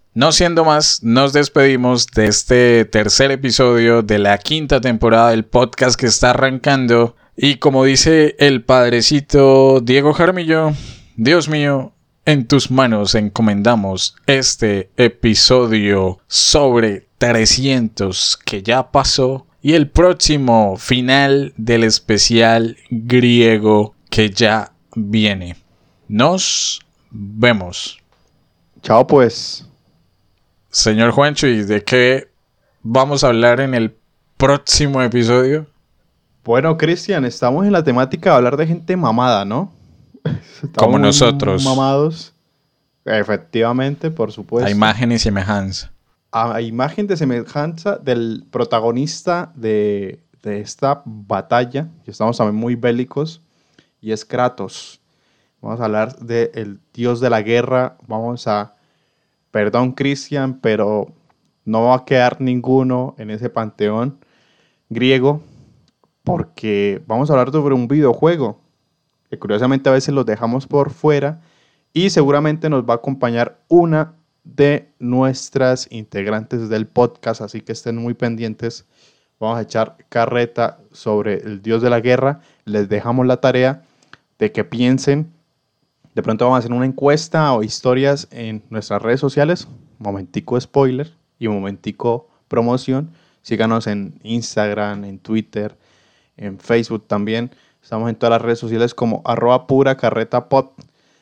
No siendo más, nos despedimos de este tercer episodio de la quinta temporada del podcast que está arrancando. Y como dice el padrecito Diego Jaramillo, Dios mío, en tus manos encomendamos este episodio sobre 300 que ya pasó y el próximo final del especial griego que ya viene. Nos vemos. Chao pues. Señor Juancho, ¿y de qué vamos a hablar en el próximo episodio? Bueno, Cristian, estamos en la temática de hablar de gente mamada, ¿no? Como nosotros. Mamados. Efectivamente, por supuesto. A imagen y semejanza. A imagen de semejanza del protagonista de esta batalla, que estamos también muy bélicos, y es Kratos. Vamos a hablar del dios de la guerra. Perdón, Cristian, pero no va a quedar ninguno en ese panteón griego, porque vamos a hablar sobre un videojuego que curiosamente a veces los dejamos por fuera y seguramente nos va a acompañar una de nuestras integrantes del podcast, así que estén muy pendientes. Vamos a echar carreta sobre el dios de la guerra. Les dejamos la tarea de que piensen. De pronto vamos a hacer una encuesta o historias en nuestras redes sociales. Momentico spoiler y momentico promoción. Síganos en Instagram, en Twitter, en Facebook también. Estamos en todas las redes sociales como @puracarretapod.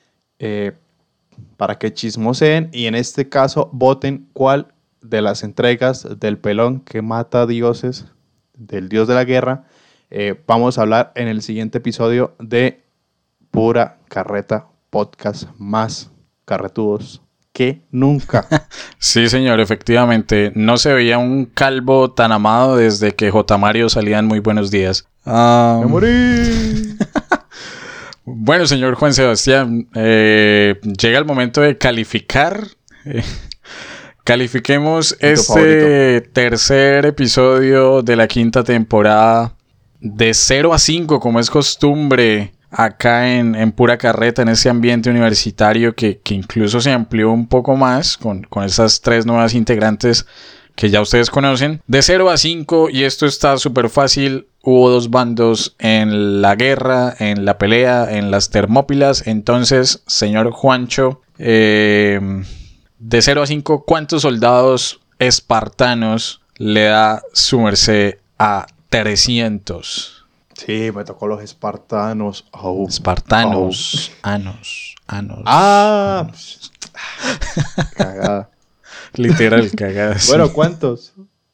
Para que chismoseen y en este caso voten cuál de las entregas del pelón que mata dioses, del dios de la guerra, vamos a hablar en el siguiente episodio de Pura Carreta Podcast, más carretudos que nunca. Sí, señor, efectivamente. No se veía un calvo tan amado desde que J. Mario salía en Muy Buenos Días. ¡Me morí! Bueno, señor Juan Sebastián, llega el momento de calificar. Califiquemos este tercer episodio de la quinta temporada de 0 a 5, como es costumbre acá en Pura Carreta, en ese ambiente universitario que incluso se amplió un poco más con esas 3 nuevas integrantes que ya ustedes conocen. De 0 a 5, y esto está súper fácil. Hubo 2 bandos en la guerra, en la pelea, en las Termópilas. Entonces, señor Juancho, de 0 a 5, ¿cuántos soldados espartanos le da su merced a 300? Sí, me tocó los espartanos. Espartanos. Anos. Ah, cagada. Literal, cagada. Sí. Bueno, ¿cuántos?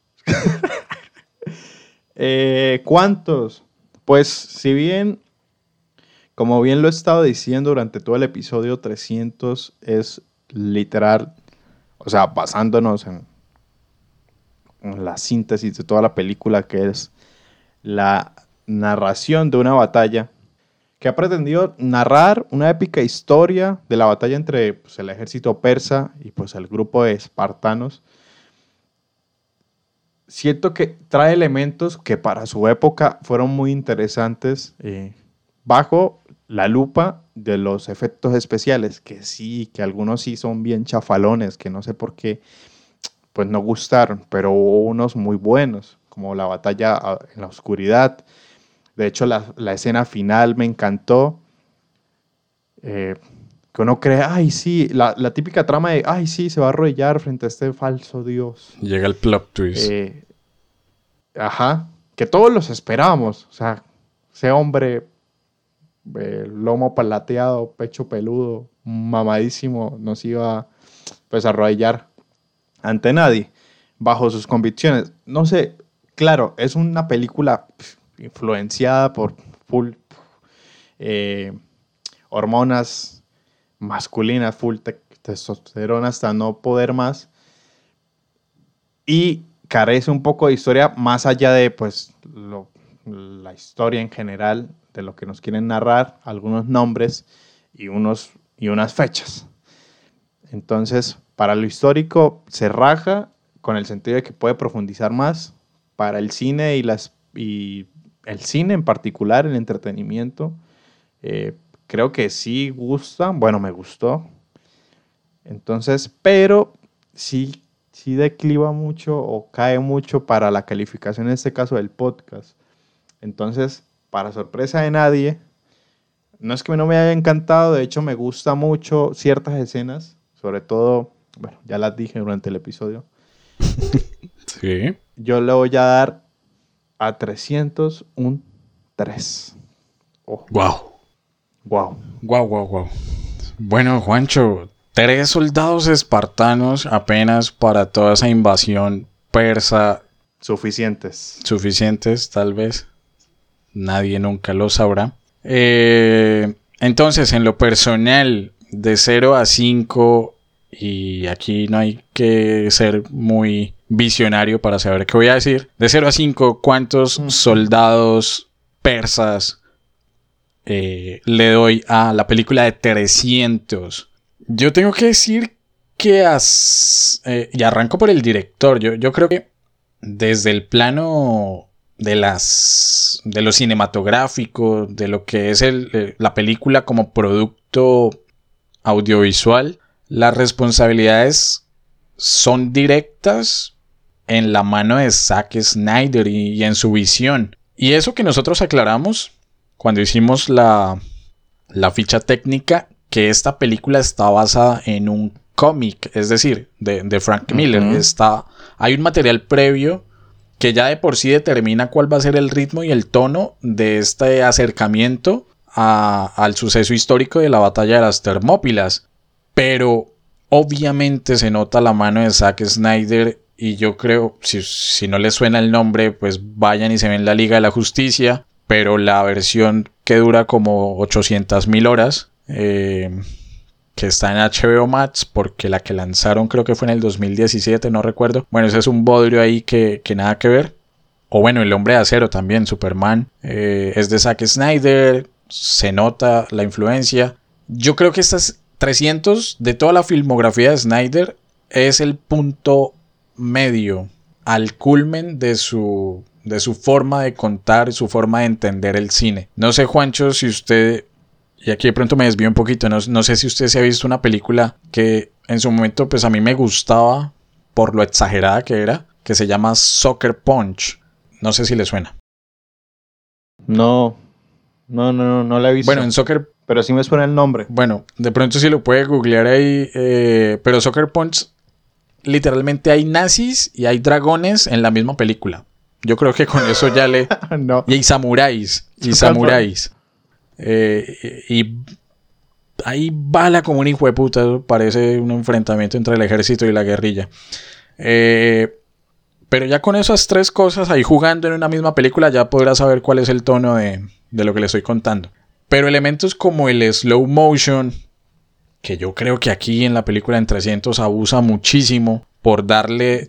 ¿Cuántos? Pues, si bien, como bien lo he estado diciendo durante todo el episodio, 300 es literal, o sea, basándonos en la síntesis de toda la película, que es la narración de una batalla que ha pretendido narrar una épica historia de la batalla entre pues, el ejército persa y pues, el grupo de espartanos. Siento que trae elementos que para su época fueron muy interesantes bajo la lupa de los efectos especiales, que sí, que algunos sí son bien chafalones, que no sé por qué pues no gustaron, pero hubo unos muy buenos, como la batalla en la oscuridad. De hecho, la escena final me encantó. Que uno cree, ay, sí, la típica trama de, ay, sí, se va a arrodillar frente a este falso dios. Llega el plot twist. Ajá, que todos los esperábamos. O sea, ese hombre, lomo palateado, pecho peludo, mamadísimo, nos iba pues a arrodillar ante nadie, bajo sus convicciones. No sé, claro, es una película influenciada por full hormonas masculinas, full testosterona hasta no poder más, y carece un poco de historia más allá de pues la historia en general de lo que nos quieren narrar, algunos nombres y unas fechas. Entonces, para lo histórico se raja con el sentido de que puede profundizar más. Para el cine y el cine en particular, el entretenimiento, creo que sí gusta. Bueno, me gustó. Entonces, pero sí, sí decliva mucho o cae mucho para la calificación, en este caso del podcast. Entonces, para sorpresa de nadie, no es que no me haya encantado, de hecho me gusta mucho ciertas escenas, sobre todo, bueno, ya las dije durante el episodio. Sí. Yo le voy a dar a 300 un 3. Oh, Wow. wow. Wow. Bueno, Juancho, 3 soldados espartanos apenas para toda esa invasión persa. Suficientes. Suficientes, tal vez. Nadie nunca lo sabrá. Entonces, en lo personal, de 0 a 5, y aquí no hay que ser muy visionario para saber qué voy a decir. De 0 a 5, ¿cuántos soldados persas le doy a la película de 300? Yo tengo que decir que y arranco por el director. Yo creo que desde el plano de lo cinematográfico, de lo que es la película como producto audiovisual, las responsabilidades son directas en la mano de Zack Snyder y en su visión. Y eso que nosotros aclaramos cuando hicimos la ficha técnica, que esta película está basada en un cómic, es decir, de Frank Miller. Hay un material previo que ya de por sí determina cuál va a ser el ritmo y el tono de este acercamiento al suceso histórico de la batalla de las Termópilas. Pero obviamente se nota la mano de Zack Snyder, y yo creo, si no les suena el nombre, pues vayan y se ven la Liga de la Justicia, pero la versión que dura como 800,000 horas, que está en HBO Max, porque la que lanzaron creo que fue en el 2017, no recuerdo. Bueno, ese es un bodrio ahí que nada que ver. O bueno, El Hombre de Acero también, Superman, es de Zack Snyder, se nota la influencia. Yo creo que estas 300 de toda la filmografía de Snyder es el punto medio al culmen de su forma de contar, su forma de entender el cine. No sé, Juancho, si usted, y aquí de pronto me desvío un poquito, no sé si usted se ha visto una película que en su momento pues a mí me gustaba por lo exagerada que era, que se llama Sucker Punch. No sé si le suena. No la he visto. Bueno, en Sucker... Pero sí me suena el nombre. Bueno, de pronto si lo puede googlear ahí, pero Sucker Punch, literalmente hay nazis y hay dragones en la misma película. Yo creo que con eso ya le... No. Y hay samuráis. Y ahí bala como un hijo de puta. Parece un enfrentamiento entre el ejército y la guerrilla. Pero ya con esas 3 cosas ahí jugando en una misma película, ya podrás saber cuál es el tono de lo que le estoy contando. Pero elementos como el slow motion, que yo creo que aquí en la película en 300 abusa muchísimo por darle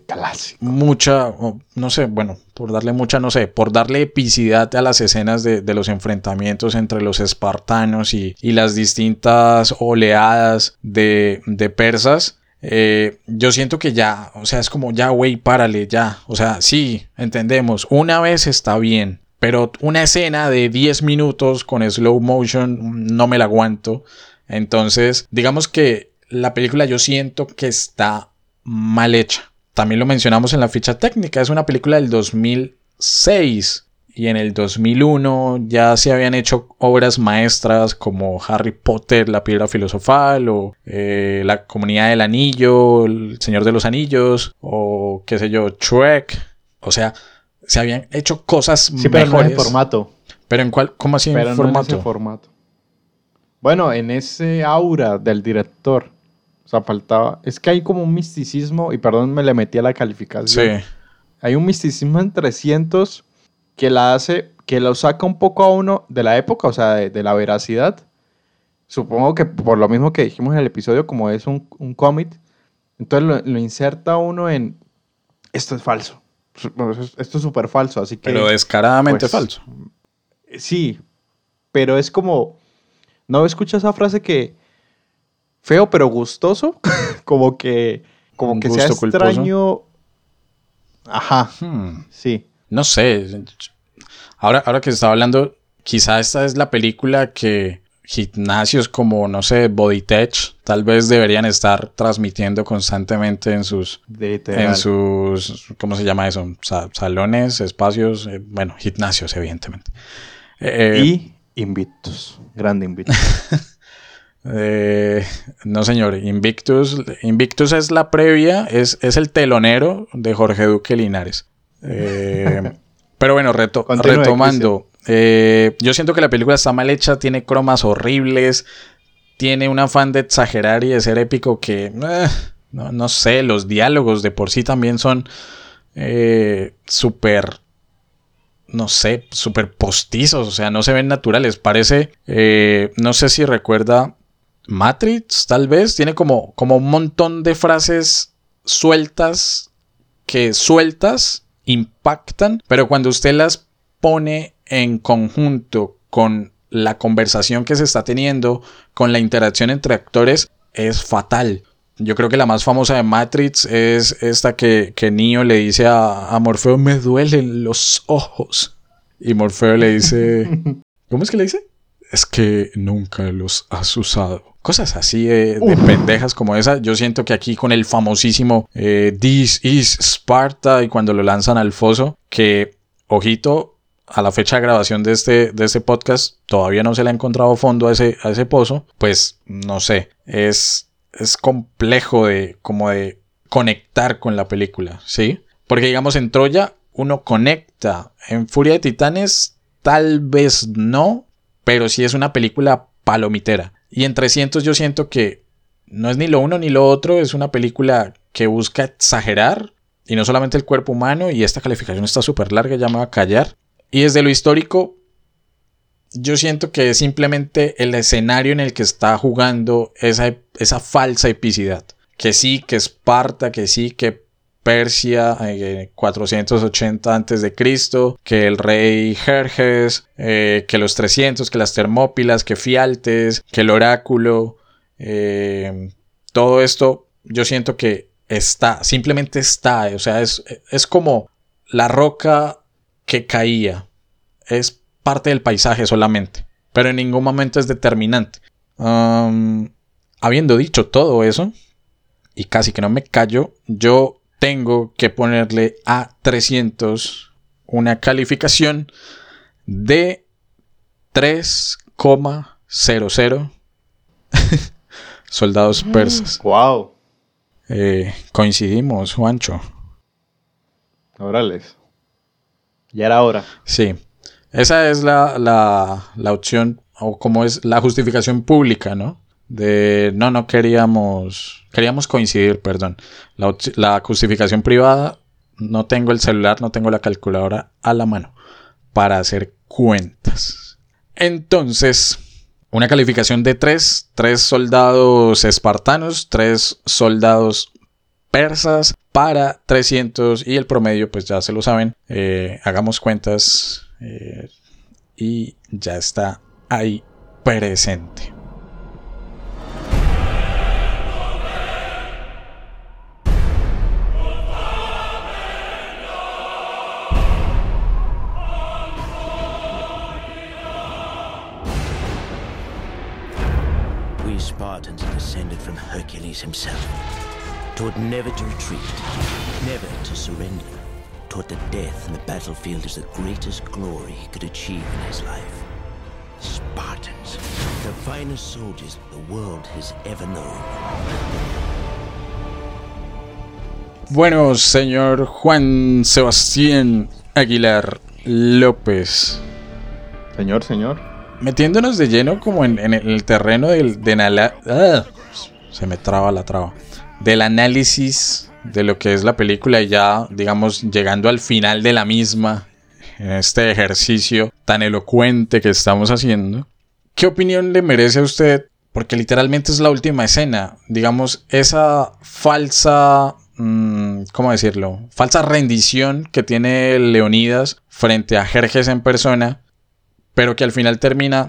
por darle epicidad a las escenas de los enfrentamientos entre los espartanos y las distintas oleadas de persas. Yo siento que ya, o sea, es como ya, güey, párale, ya. O sea, sí, entendemos, una vez está bien, pero una escena de 10 minutos con slow motion no me la aguanto. Entonces, digamos que la película yo siento que está mal hecha. También lo mencionamos en la ficha técnica, es una película del 2006. Y en el 2001 ya se habían hecho obras maestras como Harry Potter, la Piedra Filosofal, o La Comunidad del Anillo, El Señor de los Anillos, o qué sé yo, Shrek. O sea, se habían hecho cosas mejores. Pero no en el formato. ¿Pero en cuál? ¿Cómo así en pero formato? No en ese formato. Bueno, en ese aura del director. O sea, faltaba... Es que hay como un misticismo, y perdón, me le metí a la calificación. Sí. Hay un misticismo en 300... que lo saca un poco a uno de la época, o sea, de la veracidad. Supongo que por lo mismo que dijimos en el episodio, como es un cómic, entonces lo inserta a uno en, esto es falso, esto es súper falso, así que... Pero descaradamente falso. Sí, pero es como, ¿no escuchas esa frase que feo pero gustoso? como que sea extraño. Culposo. Ajá, sí. No sé. Ahora que estaba hablando, quizá esta es la película que gimnasios como, no sé, Bodytech, tal vez deberían estar transmitiendo constantemente en sus, ¿cómo se llama eso? Salones, espacios, bueno, gimnasios, evidentemente. Y Invictus, grande Invictus. No, señor, Invictus es la previa, es el telonero de Jorge Duque Linares. Pero bueno, retomando. Yo siento que la película está mal hecha, tiene cromas horribles, tiene un afán de exagerar y de ser épico que, no sé, los diálogos de por sí también son súper, no sé, súper postizos, o sea, no se ven naturales. Parece, no sé si recuerda Matrix, tal vez, tiene como un montón de frases sueltas que impactan, pero cuando usted las pone en conjunto con la conversación que se está teniendo, con la interacción entre actores, es fatal. Yo creo que la más famosa de Matrix es esta que Neo le dice a Morfeo: me duelen los ojos. Y Morfeo le dice... ¿Cómo es que le dice? Es que nunca los has usado. Cosas así de pendejas como esa. Yo siento que aquí con el famosísimo This is Sparta, y cuando lo lanzan al foso, que, ojito, a la fecha de grabación de este podcast todavía no se le ha encontrado fondo a ese pozo, pues no sé, es complejo de conectar con la película, ¿sí? Porque digamos en Troya uno conecta, en Furia de Titanes tal vez no, pero sí es una película palomitera. Y en 300 yo siento que no es ni lo uno ni lo otro, es una película que busca exagerar, y no solamente el cuerpo humano, y esta calificación está súper larga, ya me va a callar. Y desde lo histórico, yo siento que es simplemente el escenario en el que está jugando esa falsa epicidad. Que sí, que Esparta, que sí, que Persia, 480 a.C., que el rey Jerjes, que los 300, que las Termópilas, que Fialtes, que el oráculo. Todo esto yo siento que simplemente está. O sea, es como la roca que caía. Es parte del paisaje solamente, pero en ningún momento es determinante. Habiendo dicho todo eso, y casi que no me callo, yo tengo que ponerle a 300 una calificación de 3,00 soldados persas. ¡Wow! Coincidimos, Juancho. Órales. Ya era hora. Sí. Esa es la opción, o como es la justificación pública, ¿no? No queríamos coincidir, perdón. La justificación privada, no tengo el celular, no tengo la calculadora a la mano para hacer cuentas. Entonces, una calificación de 3 soldados espartanos, 3 soldados persas para 300, y el promedio pues ya se lo saben. Hagamos cuentas. Y ya está ahí presente. We Spartans are descended from Hercules himself, taught never to retreat, never to surrender. Taught that death in the battlefield is the greatest glory he could achieve in his life. Spartans, the finest soldiers the world has ever known. Bueno, señor Juan Sebastián Aguilar López. Señor. Metiéndonos de lleno como en el terreno se me traba la traba. Del análisis de lo que es la película, y ya, digamos, llegando al final de la misma, en este ejercicio tan elocuente que estamos haciendo, ¿qué opinión le merece a usted? Porque literalmente es la última escena, digamos, esa falsa, ¿cómo decirlo? Falsa rendición que tiene Leonidas frente a Jerjes en persona, pero que al final termina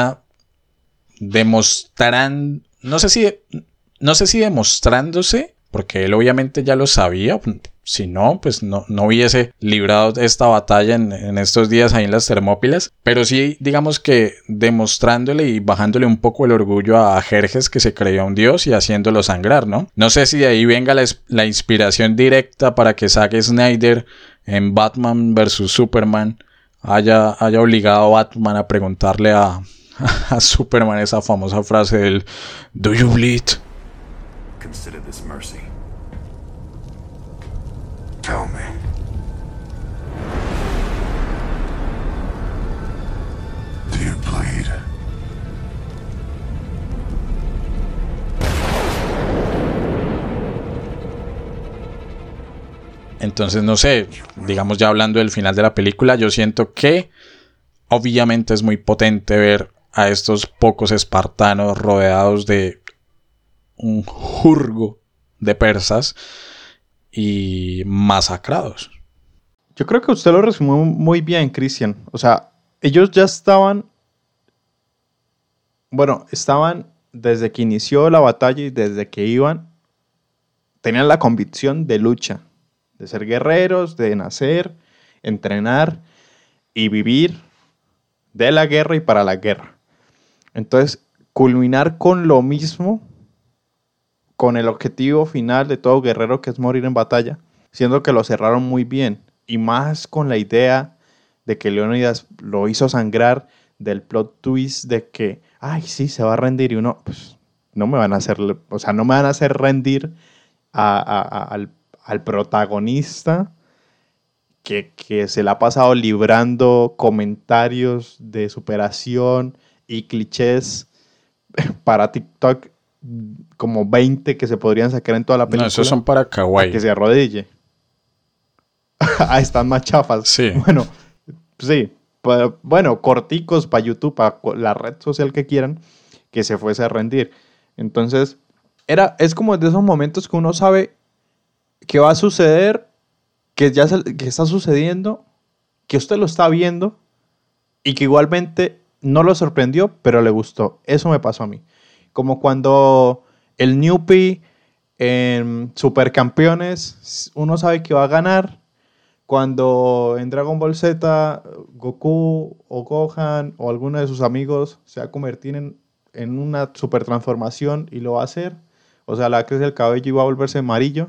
demostrando, no sé si demostrándose, porque él obviamente ya lo sabía. Si no, pues no hubiese librado esta batalla en estos días ahí en las Termópilas. Pero sí, digamos que demostrándole y bajándole un poco el orgullo a Jerjes, que se creía un dios, y haciéndolo sangrar, ¿no? No sé si de ahí venga la inspiración directa para que Zack Snyder en Batman vs Superman haya obligado a Batman a preguntarle a Superman esa famosa frase del "Do you bleed?" Consider this mercy. Tell me. Do you bleed? Entonces, no sé, digamos ya hablando del final de la película, yo siento que obviamente es muy potente ver a estos pocos espartanos rodeados de un jurgo de persas y masacrados. Yo creo que usted lo resumió muy bien, Cristian. O sea, ellos ya estaban desde que inició la batalla y desde que tenían la convicción de lucha, de ser guerreros, de nacer, entrenar y vivir de la guerra y para la guerra. Entonces, culminar con lo mismo, con el objetivo final de todo guerrero, que es morir en batalla, siendo que lo cerraron muy bien, y más con la idea de que Leónidas lo hizo sangrar, del plot twist de que, ay, sí, se va a rendir, y uno, pues, no me van a hacer rendir al protagonista que se le ha pasado librando comentarios de superación y clichés para TikTok, como 20 que se podrían sacar en toda la película. No, esos son para kawaii. Que se arrodille. Están más chafas. Sí. Bueno, sí. Bueno, corticos para YouTube, para la red social que quieran, que se fuese a rendir. Entonces, es como de esos momentos que uno sabe que va a suceder, que está sucediendo, que usted lo está viendo y que igualmente no lo sorprendió, pero le gustó. Eso me pasó a mí. Como cuando el Newpie en Supercampeones, uno sabe que va a ganar. Cuando en Dragon Ball Z, Goku o Gohan o alguno de sus amigos se va a convertir en una super transformación y lo va a hacer. O sea, le va a crecer el cabello y va a volverse amarillo.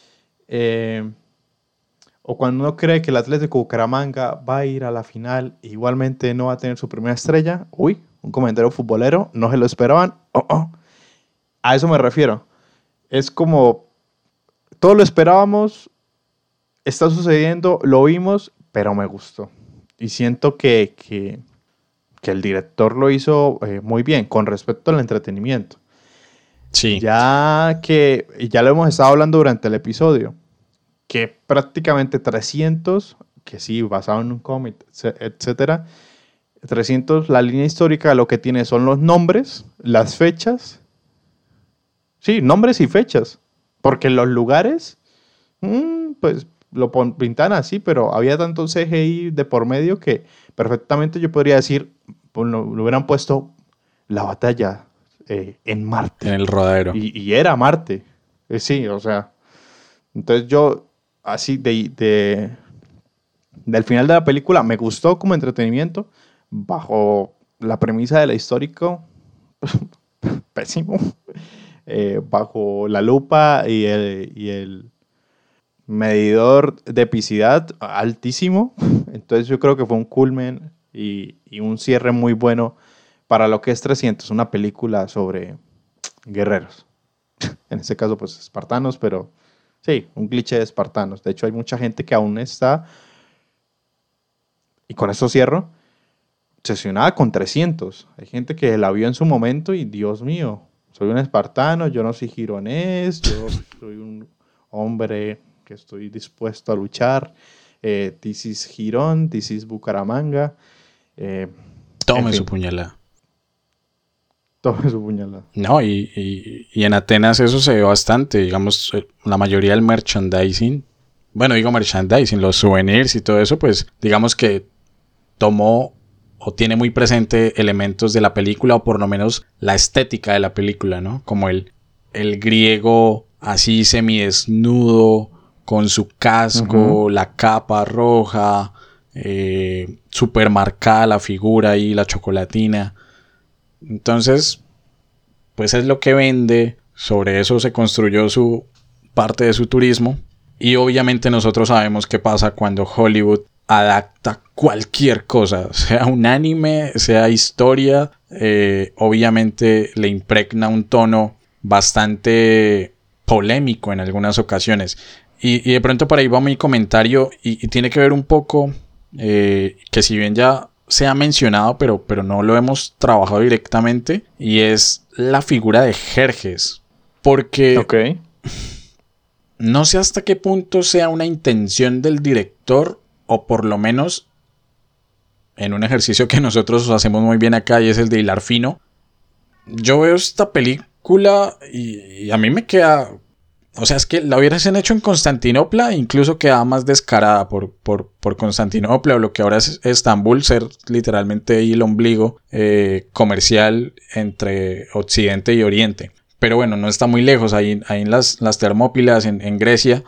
O cuando uno cree que el Atlético Bucaramanga va a ir a la final, igualmente no va a tener su primera estrella. Uy, un comentario futbolero, no se lo esperaban. A eso me refiero. Es como, todo lo esperábamos, está sucediendo, lo vimos, pero me gustó. Y siento que el director lo hizo muy bien con respecto al entretenimiento. Sí. Ya lo hemos estado hablando durante el episodio, que prácticamente 300, que sí, basado en un cómic, etcétera, 300, la línea histórica lo que tiene son los nombres, las fechas. Sí, nombres y fechas. Porque los lugares, pues lo pintan así, pero había tanto CGI de por medio que perfectamente yo podría decir, pues, lo hubieran puesto la batalla en Marte. En el rodadero. Y era Marte. Sí, o sea. Entonces yo, así, del final de la película, me gustó como entretenimiento, bajo la premisa de la histórico, pésimo. Bajo la lupa y el medidor de epicidad altísimo. Entonces yo creo que fue un culmen y un cierre muy bueno para lo que es 300, una película sobre guerreros. En este caso, pues espartanos, pero sí, un cliché de espartanos. De hecho, hay mucha gente que aún está, y con eso cierro, obsesionada con 300. Hay gente que la vio en su momento y, Dios mío, soy un espartano, yo no soy gironés, yo soy un hombre que estoy dispuesto a luchar. This is Girón, this is Bucaramanga. Tome su puñalada. Tome su puñalada. No, y en Atenas eso se ve bastante. Digamos, la mayoría del merchandising, bueno, digo merchandising, los souvenirs y todo eso, pues digamos que tomó o tiene muy presente elementos de la película, o por lo menos la estética de la película, ¿no? Como el griego así semidesnudo, con su casco, la capa roja, súper marcada la figura ahí, la chocolatina. Entonces, pues es lo que vende, sobre eso se construyó su parte de su turismo. Y obviamente nosotros sabemos qué pasa cuando Hollywood adapta cualquier cosa, sea un anime, sea historia, obviamente le impregna un tono bastante polémico en algunas ocasiones. Y de pronto por ahí va mi comentario y tiene que ver un poco, que si bien ya se ha mencionado, pero no lo hemos trabajado directamente, y es la figura de Jerjes. Porque no sé hasta qué punto sea una intención del director, o por lo menos en un ejercicio que nosotros hacemos muy bien acá, y es el de hilar fino. Yo veo esta película y a mí me queda... O sea, es que la hubiesen hecho en Constantinopla, incluso quedaba más descarada por Constantinopla, o lo que ahora es Estambul, ser literalmente ahí el ombligo comercial entre Occidente y Oriente. Pero bueno, no está muy lejos, ahí en las Termópilas, en Grecia.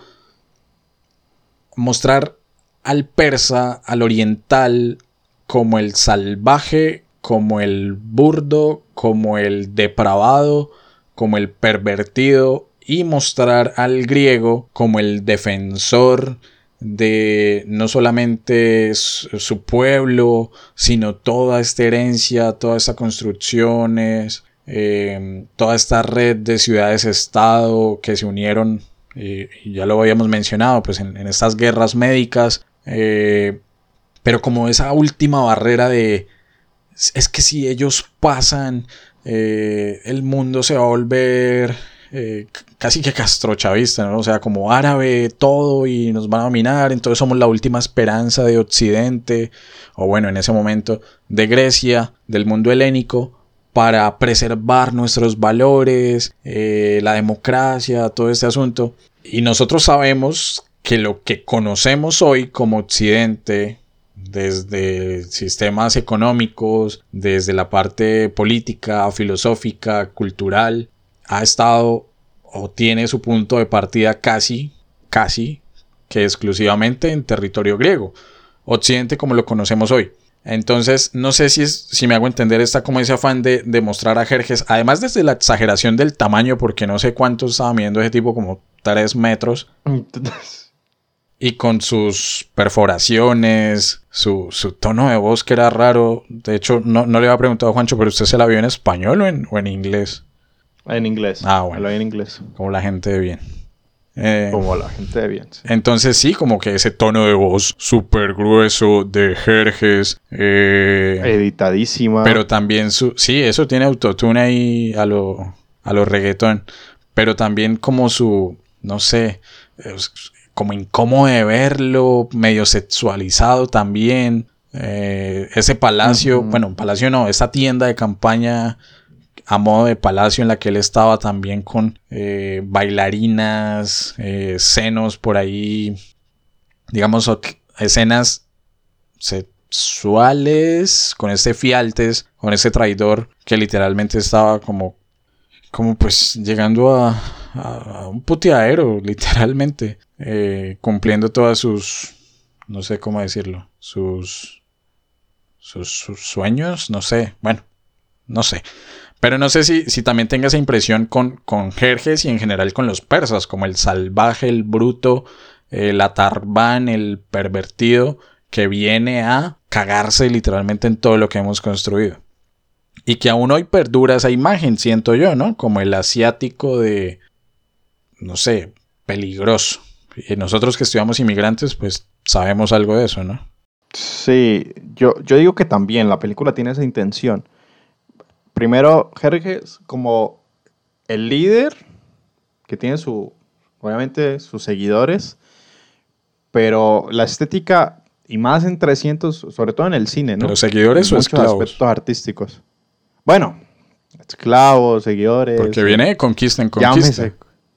Mostrar al persa, al oriental, como el salvaje, como el burdo, como el depravado, como el pervertido, y mostrar al griego como el defensor de no solamente su pueblo, sino toda esta herencia, todas estas construcciones, toda esta red de ciudades-estado que se unieron, y ya lo habíamos mencionado, pues en estas guerras médicas, pero como esa última barrera de es que si ellos pasan, el mundo se va a volver casi que castrochavista, ¿no? O sea, como árabe todo y nos van a dominar, entonces somos la última esperanza de Occidente, o bueno, en ese momento de Grecia, del mundo helénico, para preservar nuestros valores, la democracia, todo este asunto. Y nosotros sabemos que lo que conocemos hoy como Occidente, desde sistemas económicos, desde la parte política, filosófica, cultural, ha estado o tiene su punto de partida casi que exclusivamente en territorio griego, Occidente como lo conocemos hoy. Entonces no sé si me hago entender, está como ese afán de mostrar a Jerjes, además desde la exageración del tamaño, porque no sé cuánto estaba midiendo ese tipo, como 3 metros, y con sus perforaciones, su tono de voz que era raro. De hecho no le había preguntado a Juancho, pero ¿usted se la vio en español o en inglés? En inglés. Ah, bueno. Lo vi en inglés. Como la gente de bien. Como la gente de bien. Sí. Entonces sí, como que ese tono de voz súper grueso de Jerjes. Editadísima. Pero también sí, eso tiene autotune ahí a lo reggaetón. Pero también como su, no sé, como incómodo de verlo, medio sexualizado también. Ese palacio, bueno, palacio no, esa tienda de campaña a modo de palacio en la que él estaba también con bailarinas, senos por ahí, digamos, escenas sexuales con este Fialtes, con este traidor que literalmente estaba como pues llegando a un puteadero, literalmente, cumpliendo todas sus, no sé cómo decirlo, sus sueños, no sé, bueno, no sé. Pero no sé si también tenga esa impresión con Jerjes y en general con los persas, como el salvaje, el bruto, el atarbán, el pervertido, que viene a cagarse literalmente en todo lo que hemos construido. Y que aún hoy perdura esa imagen, siento yo, ¿no? Como el asiático de, no sé, peligroso. Y nosotros que estudiamos inmigrantes, pues sabemos algo de eso, ¿no? Sí, yo digo que también la película tiene esa intención. Primero, Jerjes como el líder, que tiene obviamente sus seguidores, pero la estética, y más en 300, sobre todo en el cine, ¿no? ¿Pero seguidores o esclavos? Muchos aspectos artísticos. Bueno, esclavos, seguidores. Porque viene de conquista en conquista. Llámese.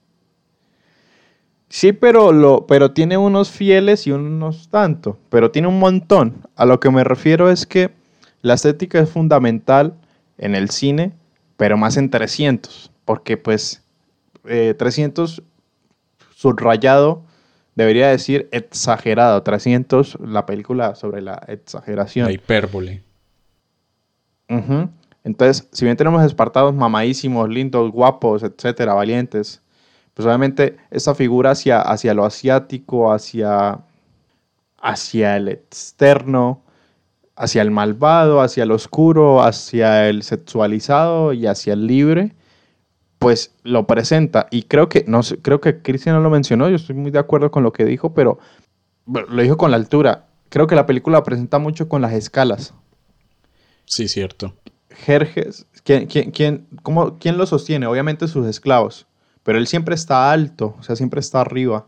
Sí, pero tiene unos fieles y unos tanto. Pero tiene un montón. A lo que me refiero es que la estética es fundamental en el cine, pero más en 300. Porque pues 300 subrayado, debería decir exagerado. 300, la película sobre la exageración. La hipérbole. Ujú. Entonces, si bien tenemos espartanos mamadísimos, lindos, guapos, etcétera, valientes, pues obviamente esta figura hacia lo asiático, hacia el externo, hacia el malvado, hacia el oscuro, hacia el sexualizado y hacia el libre, pues lo presenta. Y creo que, no sé, creo que Cristian no lo mencionó, yo estoy muy de acuerdo con lo que dijo, pero bueno, lo dijo con la altura. Creo que la película presenta mucho con las escalas. Sí, cierto. Jerjes, ¿quién lo sostiene? Obviamente sus esclavos, pero él siempre está alto, o sea, siempre está arriba.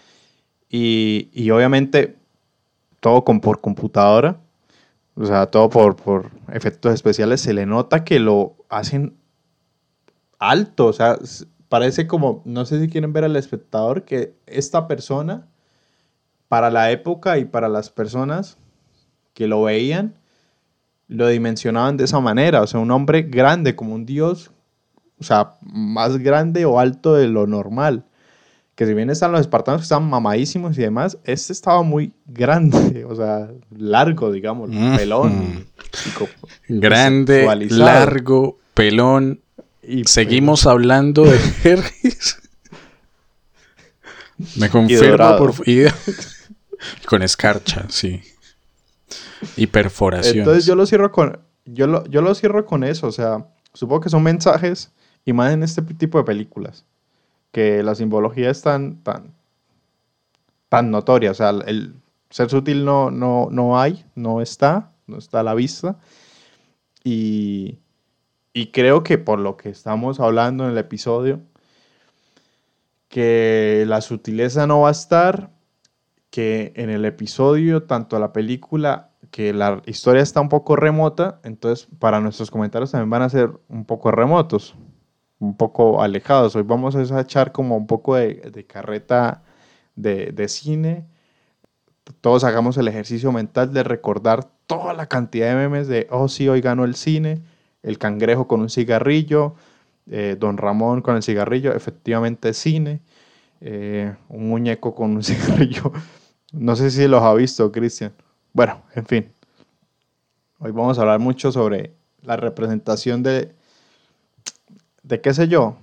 Y obviamente todo por computadora, o sea, todo por efectos especiales, se le nota que lo hacen alto, o sea, parece como, no sé si quieren ver al espectador, que esta persona, para la época y para las personas que lo veían, lo dimensionaban de esa manera, o sea, un hombre grande como un dios, o sea, más grande o alto de lo normal. Que si bien están los espartanos que estaban mamadísimos y demás, este estaba muy grande, o sea, largo, digamos, pelón. Grande, sexualizado. largo, pelón. Y Seguimos hablando de Jerjes. Me confirmo dorado. con escarcha, sí. Y perforaciones. Entonces yo lo cierro con eso, o sea, supongo que son mensajes y más en este tipo de películas, que la simbología es tan notoria, o sea, el ser sutil no está a la vista, y creo que por lo que estamos hablando en el episodio, que la sutileza no va a estar, que en el episodio, tanto la película, que la historia está un poco remota, entonces para nuestros comentarios también van a ser un poco remotos, un poco alejados. Hoy vamos a echar como un poco de carreta de cine. Todos hagamos el ejercicio mental de recordar toda la cantidad de memes de, oh sí, hoy ganó el cine, el cangrejo con un cigarrillo, Don Ramón con el cigarrillo, efectivamente cine, un muñeco con un cigarrillo. No sé si los ha visto, Cristian. Bueno, en fin. Hoy vamos a hablar mucho sobre la representación de qué sé yo,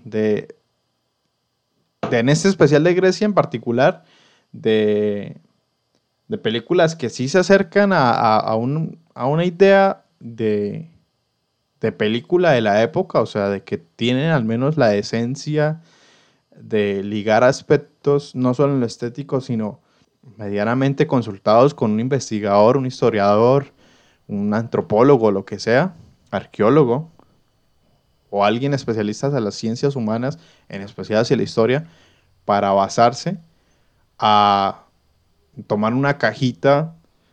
en este especial de Grecia en particular, de películas que sí se acercan a una idea de película de la época, o sea, de que tienen al menos la esencia de ligar aspectos no solo en lo estético, sino medianamente consultados con un investigador, un historiador, un antropólogo, lo que sea, arqueólogo, o alguien especialista en las ciencias humanas, en especial hacia la historia, para basarse a tomar una cajita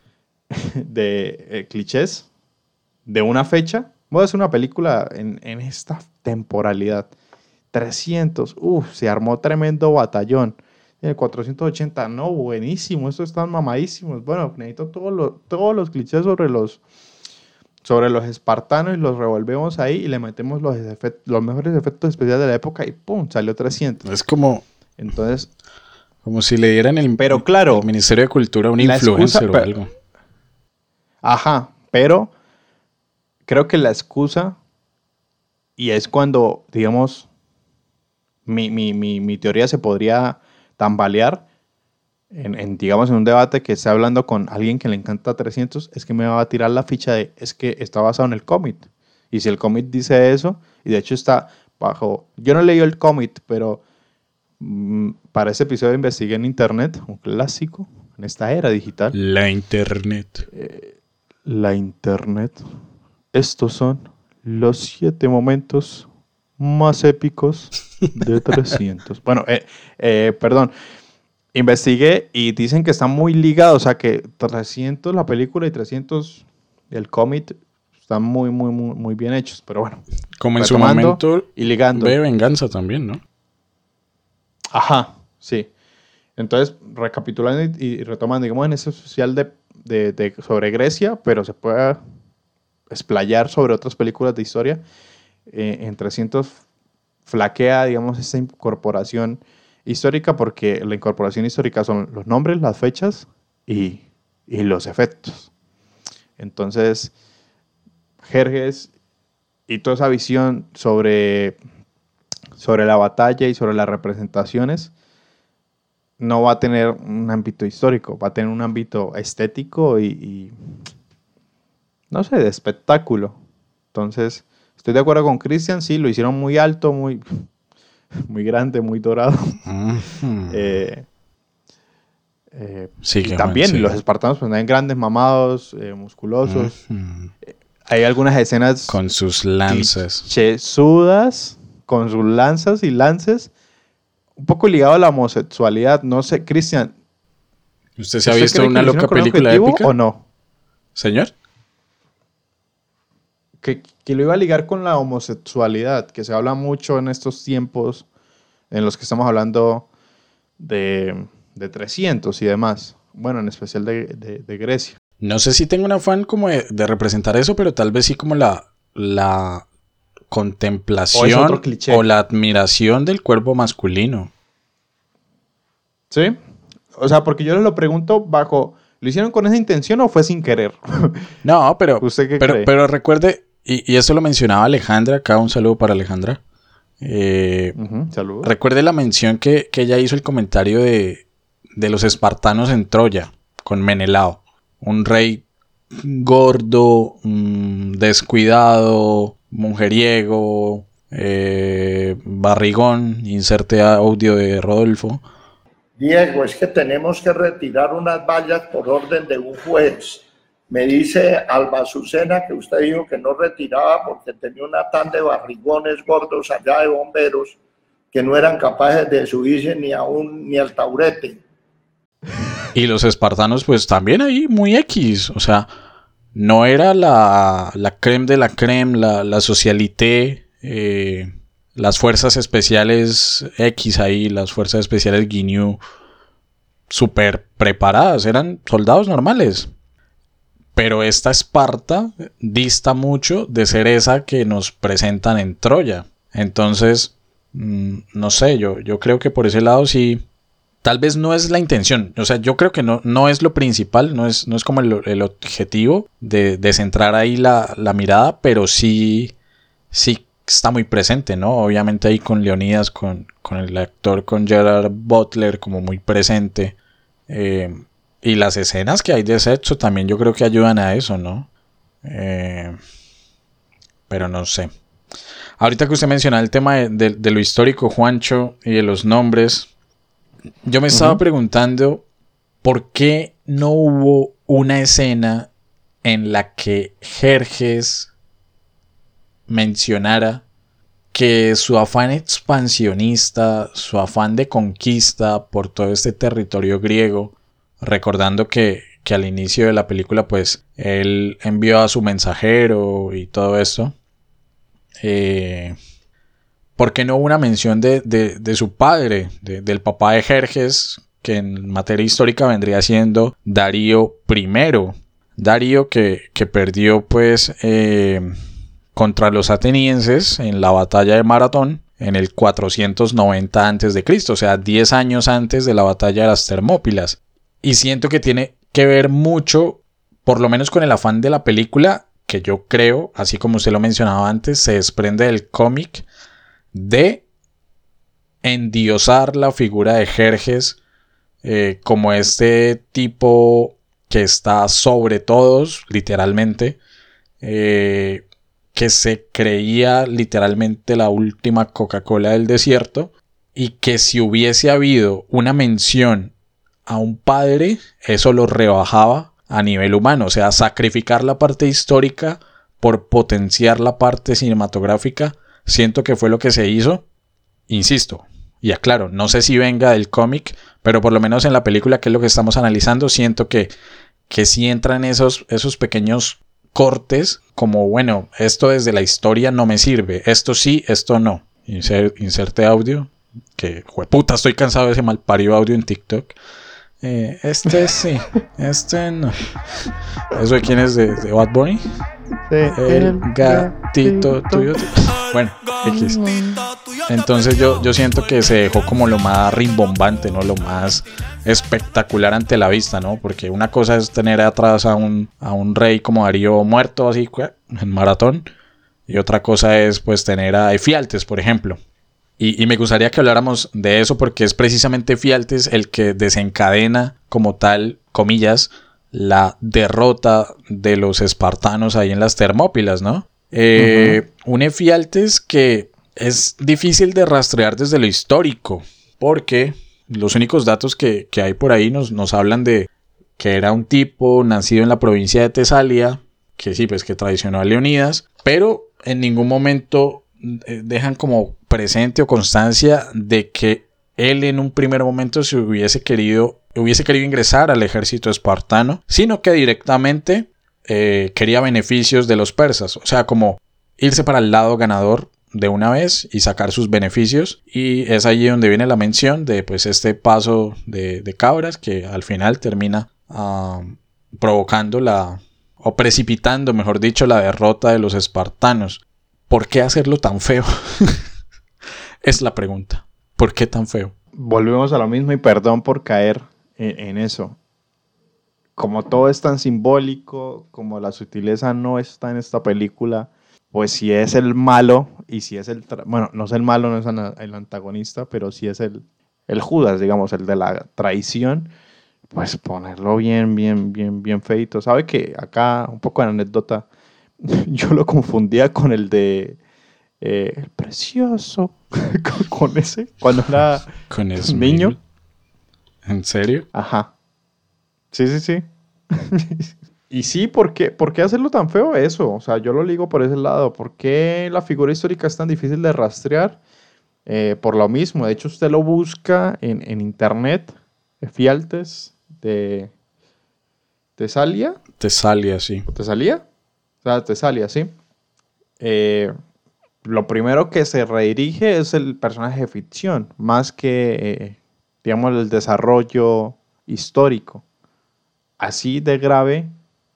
de clichés de una fecha. Voy a hacer una película en esta temporalidad. 300, se armó tremendo batallón. En el 480, no, buenísimo, estos están mamadísimos. Bueno, necesito todos los clichés sobre los espartanos y los revolvemos ahí y le metemos los mejores efectos especiales de la época y ¡pum! Salió 300. Es como... Entonces... Como si le dieran el Ministerio de Cultura a un influencer o algo. Ajá, pero creo que la excusa, y es cuando, digamos, mi teoría se podría tambalear digamos, en un debate que esté hablando con alguien que le encanta 300, es que me va a tirar la ficha de, es que está basado en el cómic. Y si el cómic dice eso, y de hecho está bajo... Yo no he leído el cómic, pero para ese episodio investigué en internet, un clásico, en esta era digital. La internet. La internet. Estos son los 7 momentos más épicos de 300. Bueno, perdón. Investigué y dicen que están muy ligados, o sea que 300 la película y 300 el cómic están muy, muy, muy, muy bien hechos, pero bueno. Como en su momento y ligando. Ve Venganza también, ¿no? Ajá, sí. Entonces, recapitulando y retomando, digamos, en ese especial sobre Grecia, pero se puede explayar sobre otras películas de historia, en 300 flaquea, digamos, esta incorporación histórica, porque la incorporación histórica son los nombres, las fechas y los efectos. Entonces, Jerjes y toda esa visión sobre la batalla y sobre las representaciones no va a tener un ámbito histórico, va a tener un ámbito estético y no sé, de espectáculo. Entonces, estoy de acuerdo con Christian, sí, lo hicieron muy alto, muy grande, muy dorado. Sí, y también sí. Los espartanos pues eran grandes, mamados, musculosos. Hay algunas escenas con sus lanzas, clichesudas, con sus lanzas y lances, un poco ligado a la homosexualidad. No sé, Christian, ¿usted se ha visto una lo loca película épica o no? Señor, Que lo iba a ligar con la homosexualidad, que se habla mucho en estos tiempos en los que estamos hablando de 300 y demás. Bueno, en especial de Grecia. no sé si tengo un afán como de representar eso, pero tal vez sí como la contemplación o la admiración del cuerpo masculino. ¿Sí? O sea, porque yo les lo pregunto bajo, ¿lo hicieron con esa intención o fue sin querer? No, pero ¿Usted qué cree? Pero recuerde, y esto lo mencionaba Alejandra, acá un saludo para Alejandra. Saludos. Recuerde la mención que ella hizo el comentario de los espartanos en Troya, con Menelao. Un rey gordo, descuidado, mujeriego, barrigón, inserte audio de Rodolfo. Diego, es que tenemos que retirar unas vallas por orden de un juez. Me dice Alba Azucena que usted dijo que no retiraba porque tenía una tan de barrigones gordos allá de bomberos que no eran capaces de subirse ni al taburete. Y los espartanos pues también ahí muy X, o sea, no era la crème de la crème, la socialité, las fuerzas especiales X ahí, las fuerzas especiales Guinea, súper preparadas, eran soldados normales. Pero esta Esparta dista mucho de ser esa que nos presentan en Troya. Entonces, no sé, yo creo que por ese lado sí, tal vez no es la intención. O sea, yo creo que no es lo principal, no es como el objetivo de centrar ahí la mirada, pero sí está muy presente, ¿no? Obviamente ahí con Leonidas, con el actor, con Gerard Butler como muy presente. Y las escenas que hay de sexo también yo creo que ayudan a eso, ¿no? Pero no sé. Ahorita que usted mencionaba el tema de lo histórico, Juancho, y de los nombres, yo me estaba preguntando por qué no hubo una escena en la que Jerjes mencionara que su afán expansionista, su afán de conquista por todo este territorio griego, recordando que al inicio de la película pues él envió a su mensajero y todo esto, ¿por qué no hubo una mención de su padre, del papá de Jerjes, que en materia histórica vendría siendo Darío I? Darío que perdió pues contra los atenienses en la batalla de Maratón en el 490 a.C., o sea 10 años antes de la batalla de las Termópilas. Y siento que tiene que ver mucho, por lo menos con el afán de la película, que yo creo, así como usted lo mencionaba antes, se desprende del cómic, de endiosar la figura de Jerjes como este tipo que está sobre todos, literalmente, que se creía literalmente la última Coca-Cola del desierto, y que si hubiese habido una mención a un padre, eso lo rebajaba a nivel humano. O sea, sacrificar la parte histórica por potenciar la parte cinematográfica, siento que fue lo que se hizo. Insisto, y aclaro, no sé si venga del cómic, pero por lo menos en la película, que es lo que estamos analizando, siento que sí entran esos pequeños cortes, como bueno, esto desde la historia no me sirve, esto sí, esto no. Inserte audio, que jueputa, estoy cansado de ese malparido audio en TikTok. Este sí, este no. ¿Eso de quién es? ¿De Bad Bunny? El gatito tuyo. Bueno, X. Entonces yo siento que se dejó como lo más rimbombante, ¿no? Lo más espectacular ante la vista, ¿no? Porque una cosa es tener atrás a un rey como Darío muerto así en maratón, y otra cosa es pues tener a Efialtes, por ejemplo. Y me gustaría que habláramos de eso porque es precisamente Efialtes el que desencadena como tal, comillas, la derrota de los espartanos ahí en las Termópilas, ¿no? Un Efialtes que es difícil de rastrear desde lo histórico, porque los únicos datos que hay por ahí nos hablan de que era un tipo nacido en la provincia de Tesalia, que sí, pues que traicionó a Leonidas, pero en ningún momento dejan como presente o constancia de que él en un primer momento se hubiese querido ingresar al ejército espartano, sino que directamente quería beneficios de los persas, o sea, como irse para el lado ganador de una vez y sacar sus beneficios, y es allí donde viene la mención de pues este paso de cabras que al final termina provocando o precipitando, mejor dicho, la derrota de los espartanos. ¿Por qué hacerlo tan feo? Es la pregunta. ¿Por qué tan feo? Volvemos a lo mismo y perdón por caer en eso. Como todo es tan simbólico, como la sutileza no está en esta película, pues si es el malo y si es bueno, no es el malo, no es el antagonista, pero si es el Judas, digamos, el de la traición, pues ponerlo bien feito. ¿Sabe que acá, un poco de anécdota, yo lo confundía con el de el precioso, con ese, cuando era ¿Con ese niño? ¿En serio? Ajá. Sí. Y sí, ¿por qué hacerlo tan feo eso? O sea, yo lo ligo por ese lado. ¿Por qué la figura histórica es tan difícil de rastrear? Por lo mismo. De hecho, usted lo busca en internet. Efialtes de Tesalia. Tesalia, sí. ¿Tesalia? O sea, Tesalia, sí. Lo primero que se redirige es el personaje de ficción, más que, digamos, el desarrollo histórico. Así de grave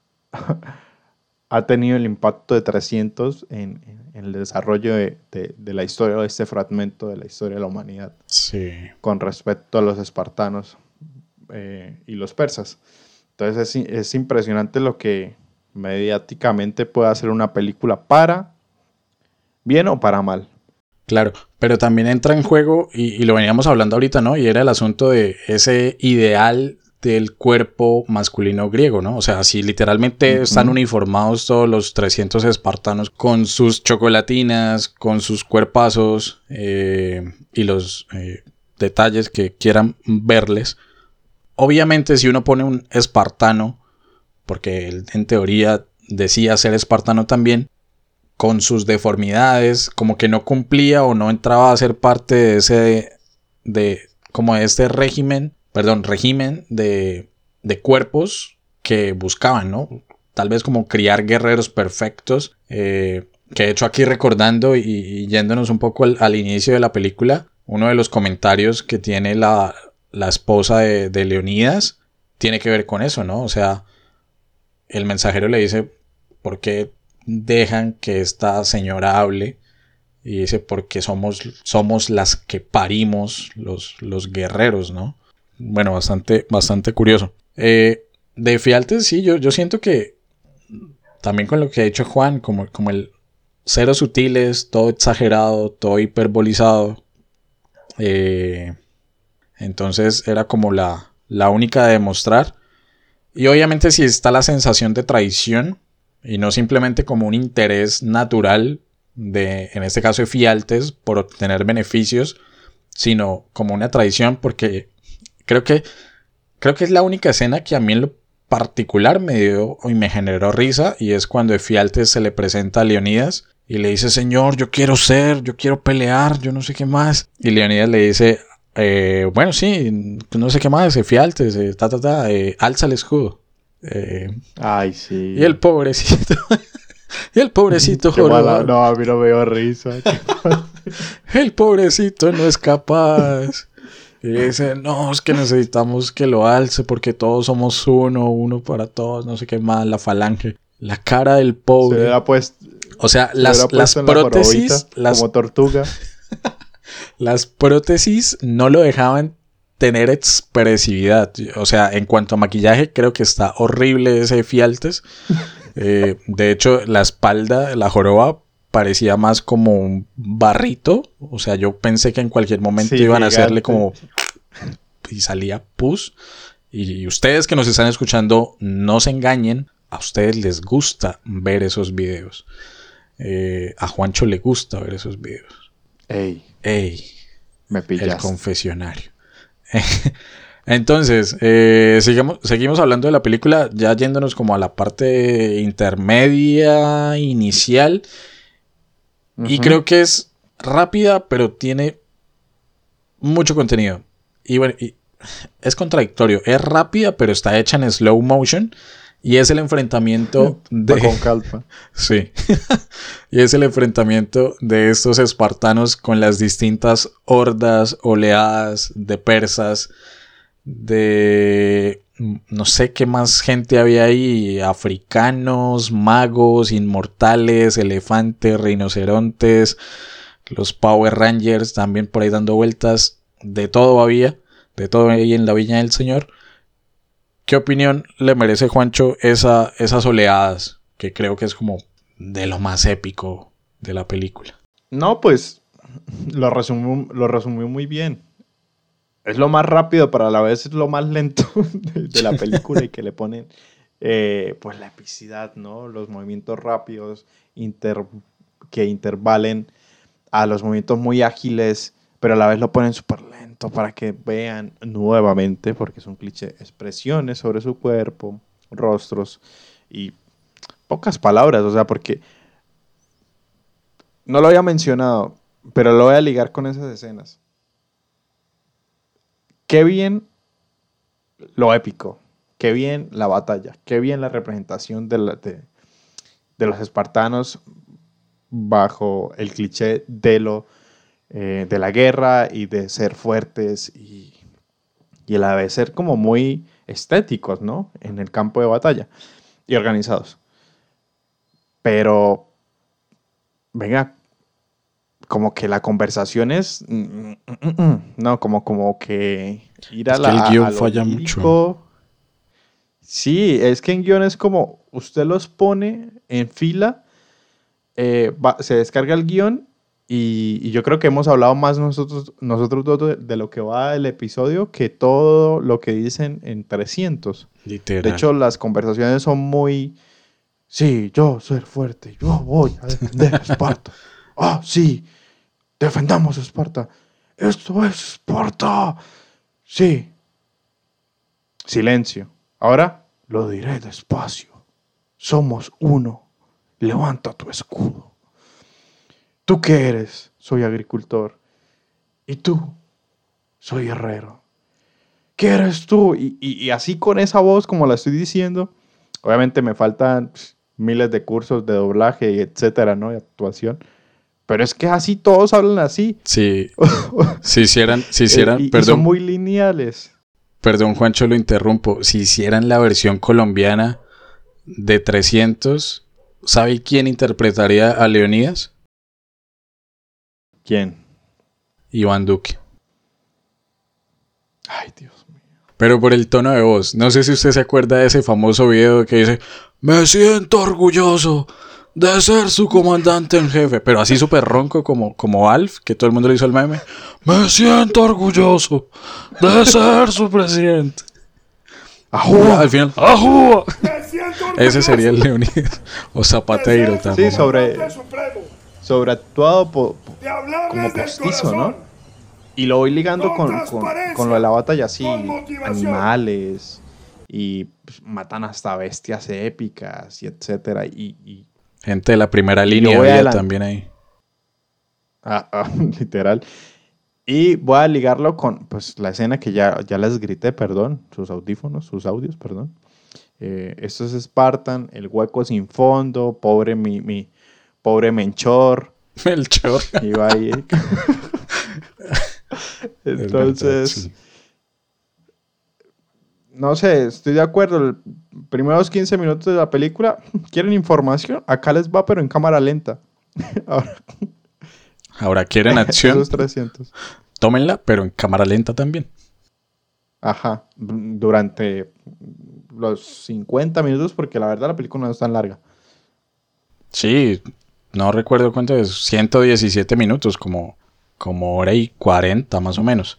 ha tenido el impacto de 300 en el desarrollo de la historia, de este fragmento de la historia de la humanidad. Sí. Con respecto a los espartanos y los persas. Entonces es impresionante lo que mediáticamente puede hacer una película para bien o para mal. Claro, pero también entra en juego, y lo veníamos hablando ahorita, ¿no? Y era el asunto de ese ideal del cuerpo masculino griego, ¿no? O sea, si literalmente están uniformados todos los 300 espartanos con sus chocolatinas, con sus cuerpazos y los detalles que quieran verles. Obviamente, si uno pone un espartano, porque él en teoría decía ser espartano también, con sus deformidades, como que no cumplía o no entraba a ser parte de ese como de este régimen de cuerpos que buscaban, ¿no? Tal vez como criar guerreros perfectos, que de hecho aquí recordando y yéndonos un poco al inicio de la película, uno de los comentarios que tiene la esposa de Leonidas tiene que ver con eso, ¿no? O sea, el mensajero le dice, ¿por qué dejan que esta señora hable? Y dice, porque somos las que parimos los guerreros, ¿no? Bueno, bastante curioso. De Efialtes, sí, yo siento que también con lo que ha dicho Juan, como el cero sutiles, todo exagerado, todo hiperbolizado. Entonces era como la única de demostrar. Y obviamente si está la sensación de traición y no simplemente como un interés natural en este caso Efialtes, por obtener beneficios, sino como una traición, porque creo que es la única escena que a mí en lo particular me dio y me generó risa, y es cuando Efialtes se le presenta a Leonidas y le dice, señor, yo quiero pelear, yo no sé qué más. Y Leonidas le dice, bueno, sí, no sé qué más, Efialtes, alza el escudo. Ay, sí. Y el pobrecito... Y el pobrecito jorobado. No, a mí no me dio risa. El pobrecito no es capaz. Y dice, no, es que necesitamos que lo alce porque todos somos uno para todos, no sé qué más, la falange. La cara del pobre. Se le ha puesto, o sea, las prótesis... como tortuga. Las prótesis no lo dejaban tener expresividad. O sea, en cuanto a maquillaje, creo que está horrible ese Fialtes. De hecho, la espalda, la joroba, parecía más como un barrito. O sea, yo pensé que en cualquier momento iban a hacerle como... y salía pus. Y ustedes que nos están escuchando, no se engañen. A ustedes les gusta ver esos videos. A Juancho le gusta ver esos videos. Ey. Me pillaste. El confesionario. Entonces, seguimos hablando de la película, ya yéndonos como a la parte intermedia, inicial. Y creo que es rápida, pero tiene mucho contenido. Y bueno, es contradictorio. Es rápida, pero está hecha en slow motion. Y es el enfrentamiento de... con calma. Sí. Y es el enfrentamiento de estos espartanos con las distintas hordas, oleadas de persas, de... no sé qué más gente había ahí, africanos, magos, inmortales, elefantes, rinocerontes, los Power Rangers también por ahí dando vueltas, de todo había, de todo ahí en la Viña del Señor. ¿Qué opinión le merece, Juancho, esas oleadas? Que creo que es como de lo más épico de la película. No, pues lo resumió muy bien. Es lo más rápido, pero a la vez es lo más lento de la película y que le ponen pues la epicidad, ¿no? Los movimientos rápidos que intervalen a los movimientos muy ágiles, pero a la vez lo ponen súper lento para que vean nuevamente, porque es un cliché, expresiones sobre su cuerpo, rostros y pocas palabras, o sea, porque no lo había mencionado, pero lo voy a ligar con esas escenas. Qué bien lo épico, qué bien la batalla, qué bien la representación de los espartanos bajo el cliché de la guerra y de ser fuertes y a la vez ser como muy estéticos, ¿no? En el campo de batalla y organizados. Pero, venga, como que la conversación es... no, como que ir a es que el guión falla mucho. Sí, es que en guión es como usted los pone en fila, se descarga el guión y yo creo que hemos hablado más nosotros dos de lo que va el episodio que todo lo que dicen en 300. Literal. De hecho, las conversaciones son muy... Sí, yo soy fuerte, yo voy a defender a Esparta. Ah, sí, defendamos a Esparta. Esto es Esparta. Sí. Silencio. Ahora lo diré despacio. Somos uno. Levanta tu escudo. ¿Tú qué eres? Soy agricultor. ¿Y tú? Soy herrero. ¿Qué eres tú? Y así con esa voz como la estoy diciendo. Obviamente me faltan miles de cursos de doblaje y etcétera, ¿no? De actuación. Pero es que así todos hablan así. Sí. Si hicieran, y perdón. son muy lineales. Perdón, Juancho, lo interrumpo. Si hicieran la versión colombiana de 300, ¿sabe quién interpretaría a Leonidas? ¿Quién? Iván Duque. Ay, Dios mío. Pero por el tono de voz. No sé si usted se acuerda de ese famoso video que dice: me siento orgulloso de ser su comandante en jefe. Pero así súper ronco como Alf, que todo el mundo le hizo el meme. Me siento orgulloso de ser su presidente. ¡Ajúa! Al final, ¡ajúa! Ese sería el Leonidas. O Zapateiro también. Sí, sobreactuado como postizo, ¿no? Y lo voy ligando con lo de la batalla, así, animales, y pues, matan hasta bestias épicas, y etcétera, y gente de la primera línea había también ahí. Literal. Y voy a ligarlo con pues la escena que ya les grité, perdón, sus audios, perdón. Esto es Spartan, el hueco sin fondo, pobre pobre Melchor. Melchor. Iba ahí. Entonces, no sé, estoy de acuerdo. Los primeros 15 minutos de la película, ¿quieren información? Acá les va, pero en cámara lenta. Ahora, Ahora quieren acción, Esos 300. tómenla, pero en cámara lenta también. Ajá. Durante los 50 minutos, porque la verdad la película no es tan larga. Sí, no recuerdo cuánto es, 117 minutos, como hora y 40 más o menos.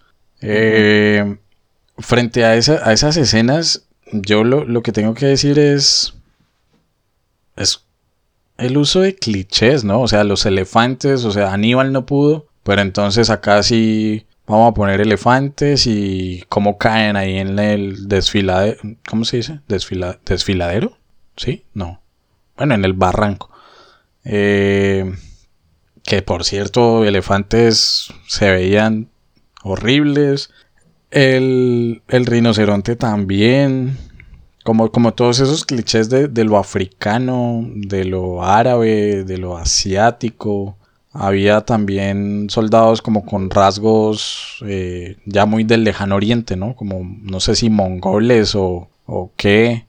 Frente a esas escenas, yo lo que tengo que decir es el uso de clichés, ¿no? O sea, los elefantes, o sea, Aníbal no pudo, pero entonces acá sí vamos a poner elefantes y cómo caen ahí en el desfiladero. ¿Cómo se dice? ¿Desfiladero? ¿Sí? No. Bueno, en el barranco. Que por cierto, elefantes se veían horribles. El rinoceronte también. Como todos esos clichés de lo africano, de lo árabe, de lo asiático. Había también soldados como con rasgos ya muy del lejano oriente, ¿no? Como no sé si mongoles o qué.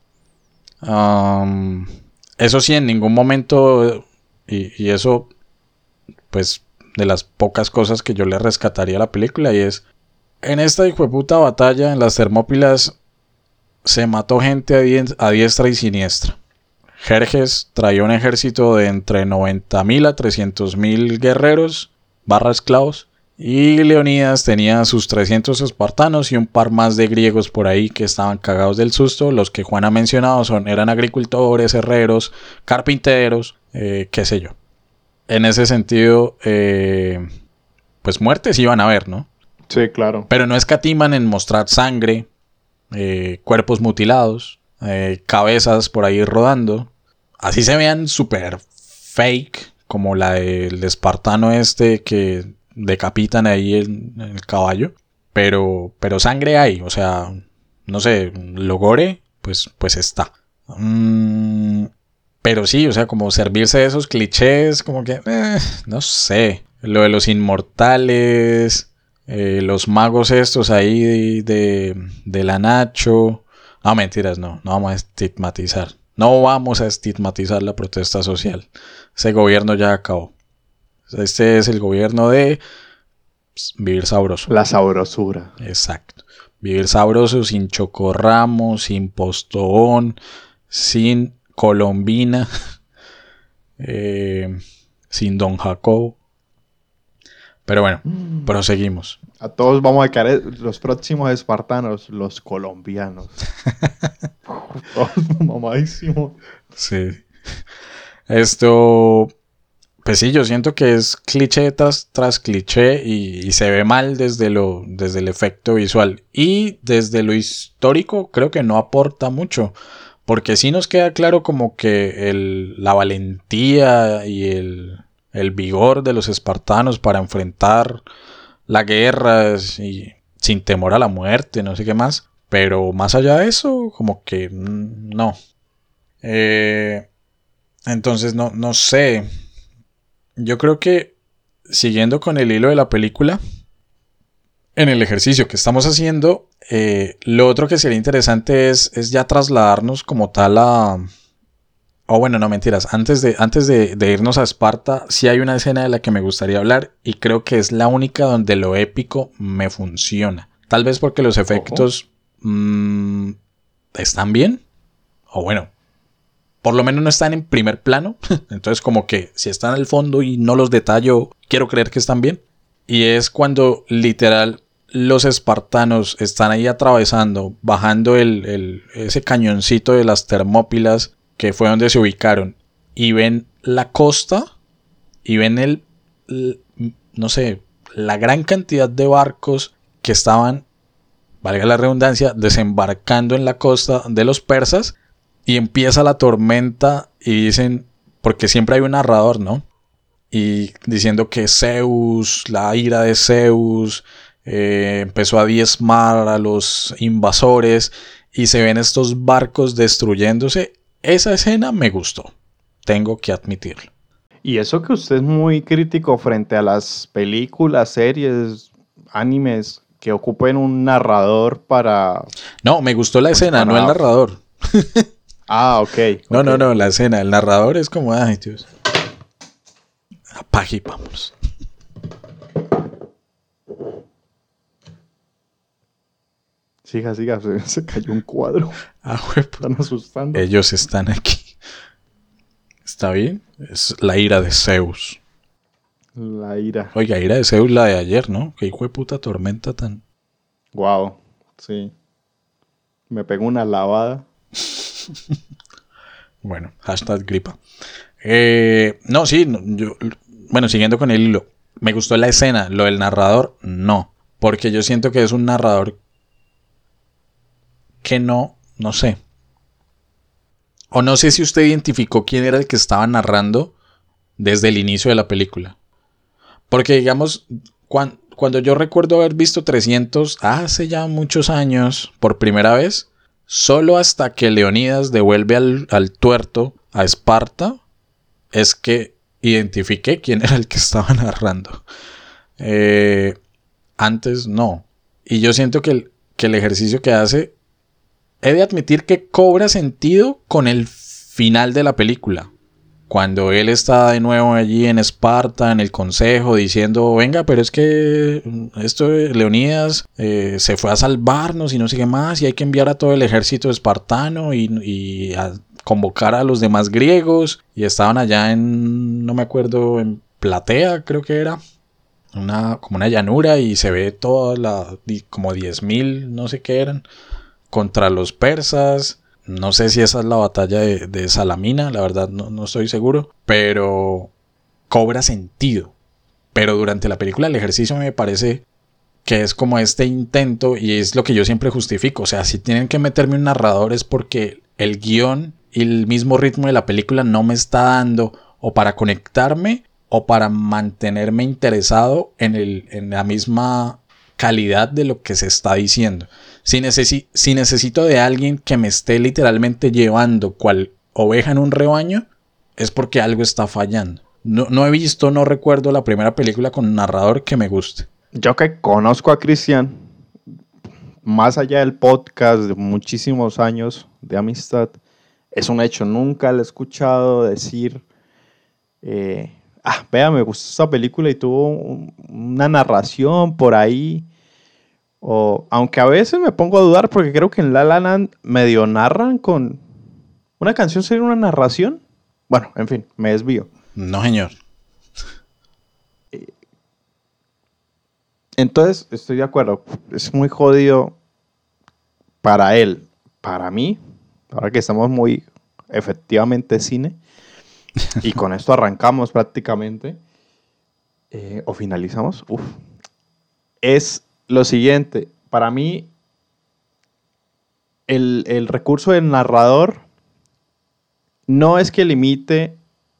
Eso sí, en ningún momento, y eso pues de las pocas cosas que yo le rescataría a la película, y es, en esta hijueputa batalla en las Termópilas se mató gente a diestra y siniestra. Jerjes traía un ejército de entre 90.000 a 300.000 guerreros / esclavos, y Leonidas tenía sus 300 espartanos y un par más de griegos por ahí que estaban cagados del susto. Los que Juan ha mencionado eran agricultores, herreros, carpinteros, qué sé yo. En ese sentido, pues muertes iban a haber, ¿no? Sí, claro. Pero no escatiman en mostrar sangre, cuerpos mutilados, cabezas por ahí rodando. Así se vean súper fake, como la del espartano que decapitan ahí en el caballo. Pero sangre hay, o sea, no sé, lo gore, pues está. Pero sí, o sea, como servirse de esos clichés, como que, no sé. Lo de los inmortales, los magos estos ahí de la Nacho. No, mentiras, no vamos a estigmatizar. No vamos a estigmatizar la protesta social. Ese gobierno ya acabó. Este es el gobierno de vivir sabroso. La sabrosura. Exacto. Vivir sabroso, sin chocorramo, sin postón, sin colombina, sin Don Jacobo. Pero bueno, proseguimos. A todos vamos a caer los próximos espartanos, los colombianos. Todos mamadísimos. Sí. Esto, pues sí, yo siento que es cliché tras cliché y se ve mal desde el efecto visual. Y desde lo histórico creo que no aporta mucho. Porque sí nos queda claro como que la valentía y el vigor de los espartanos para enfrentar la guerra y sin temor a la muerte, no sé qué más. Pero más allá de eso, como que no. Entonces no sé. Yo creo que siguiendo con el hilo de la película, en el ejercicio que estamos haciendo, lo otro que sería interesante es ya trasladarnos como tal a... Oh, bueno, no, mentiras. Antes de irnos a Esparta, sí hay una escena de la que me gustaría hablar y creo que es la única donde lo épico me funciona. Tal vez porque los efectos están bien. O bueno, por lo menos no están en primer plano. Entonces como que si están al fondo y no los detallo, quiero creer que están bien. Y es cuando literal los espartanos están ahí atravesando, bajando ese cañoncito de las Termópilas, que fue donde se ubicaron, y ven la costa y ven no sé, la gran cantidad de barcos que estaban, valga la redundancia, desembarcando en la costa de los persas, y empieza la tormenta y dicen, porque siempre hay un narrador, ¿no? Y diciendo que Zeus, la ira de Zeus, empezó a diezmar a los invasores y se ven estos barcos destruyéndose. Esa escena me gustó, tengo que admitirlo. Y eso que usted es muy crítico frente a las películas, series, animes que ocupen un narrador para... No, me gustó la escena, no el narrador. Ah, ok. No, la escena. El narrador es como, ay Dios. Apague y vámonos. Siga, se cayó un cuadro. Ah, güey, Están asustando. ellos están aquí. ¿Está bien? Es la ira de Zeus. La ira. Oiga, ira de Zeus la de ayer, ¿no? Qué hijo de puta tormenta tan... Wow, sí. Me pegó una lavada. Bueno, hashtag gripa. No, sí, bueno, siguiendo con el hilo. Me gustó la escena, lo del narrador, no. Porque yo siento que es un narrador que no sé. O no sé si usted identificó quién era el que estaba narrando desde el inicio de la película. Porque, digamos, cuando yo recuerdo haber visto 300 hace ya muchos años por primera vez, solo hasta que Leonidas devuelve al tuerto a Esparta es que identifiqué quién era el que estaba narrando. Antes no. Y yo siento que el ejercicio que hace, he de admitir que cobra sentido con el final de la película. Cuando él está de nuevo allí en Esparta, en el consejo, diciendo, venga, pero es que esto de Leonidas se fue a salvarnos y no sé qué más, y hay que enviar a todo el ejército espartano y a convocar a los demás griegos, y estaban allá en, no me acuerdo, en Platea creo que era, como una llanura, y se ve toda como 10.000, no sé qué eran, contra los persas. No sé si esa es la batalla de Salamina, la verdad no estoy seguro, pero cobra sentido. Pero durante la película el ejercicio me parece que es como este intento, y es lo que yo siempre justifico. O sea, si tienen que meterme un narrador es porque el guión y el mismo ritmo de la película no me está dando, o para conectarme o para mantenerme interesado en la misma calidad de lo que se está diciendo. Si necesito de alguien que me esté literalmente llevando cual oveja en un rebaño, es porque algo está fallando. No recuerdo la primera película con un narrador que me guste. Yo que conozco a Cristian, más allá del podcast de muchísimos años de amistad, es un hecho. Nunca le he escuchado decir, vea, me gustó esta película y tuvo una narración por ahí. O, aunque a veces me pongo a dudar porque creo que en La La Land medio narran con... ¿Una canción sería una narración? Bueno, en fin, me desvío. No, señor. Entonces, estoy de acuerdo. Es muy jodido para él. Para mí, ahora que estamos muy efectivamente cine, y con esto arrancamos prácticamente, o finalizamos, es lo siguiente. Para mí, el recurso del narrador no es que limite,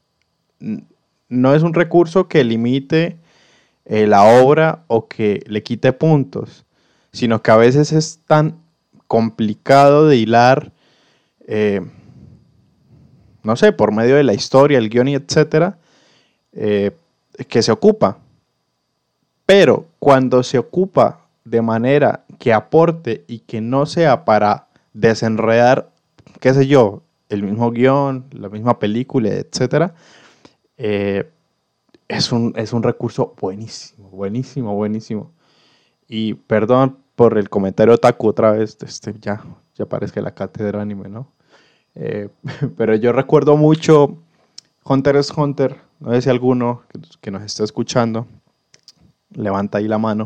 no es un recurso que limite la obra o que le quite puntos, sino que a veces es tan complicado de hilar, no sé, por medio de la historia, el guión y etcétera, que se ocupa. Pero cuando se ocupa de manera que aporte y que no sea para desenredar, qué sé yo, el mismo guión, la misma película, etcétera, es un recurso buenísimo. Y perdón por el comentario otaku otra vez, ya parece la cátedra anime, ¿no? Pero yo recuerdo mucho Hunter x Hunter, no sé si alguno que nos está escuchando levanta ahí la mano.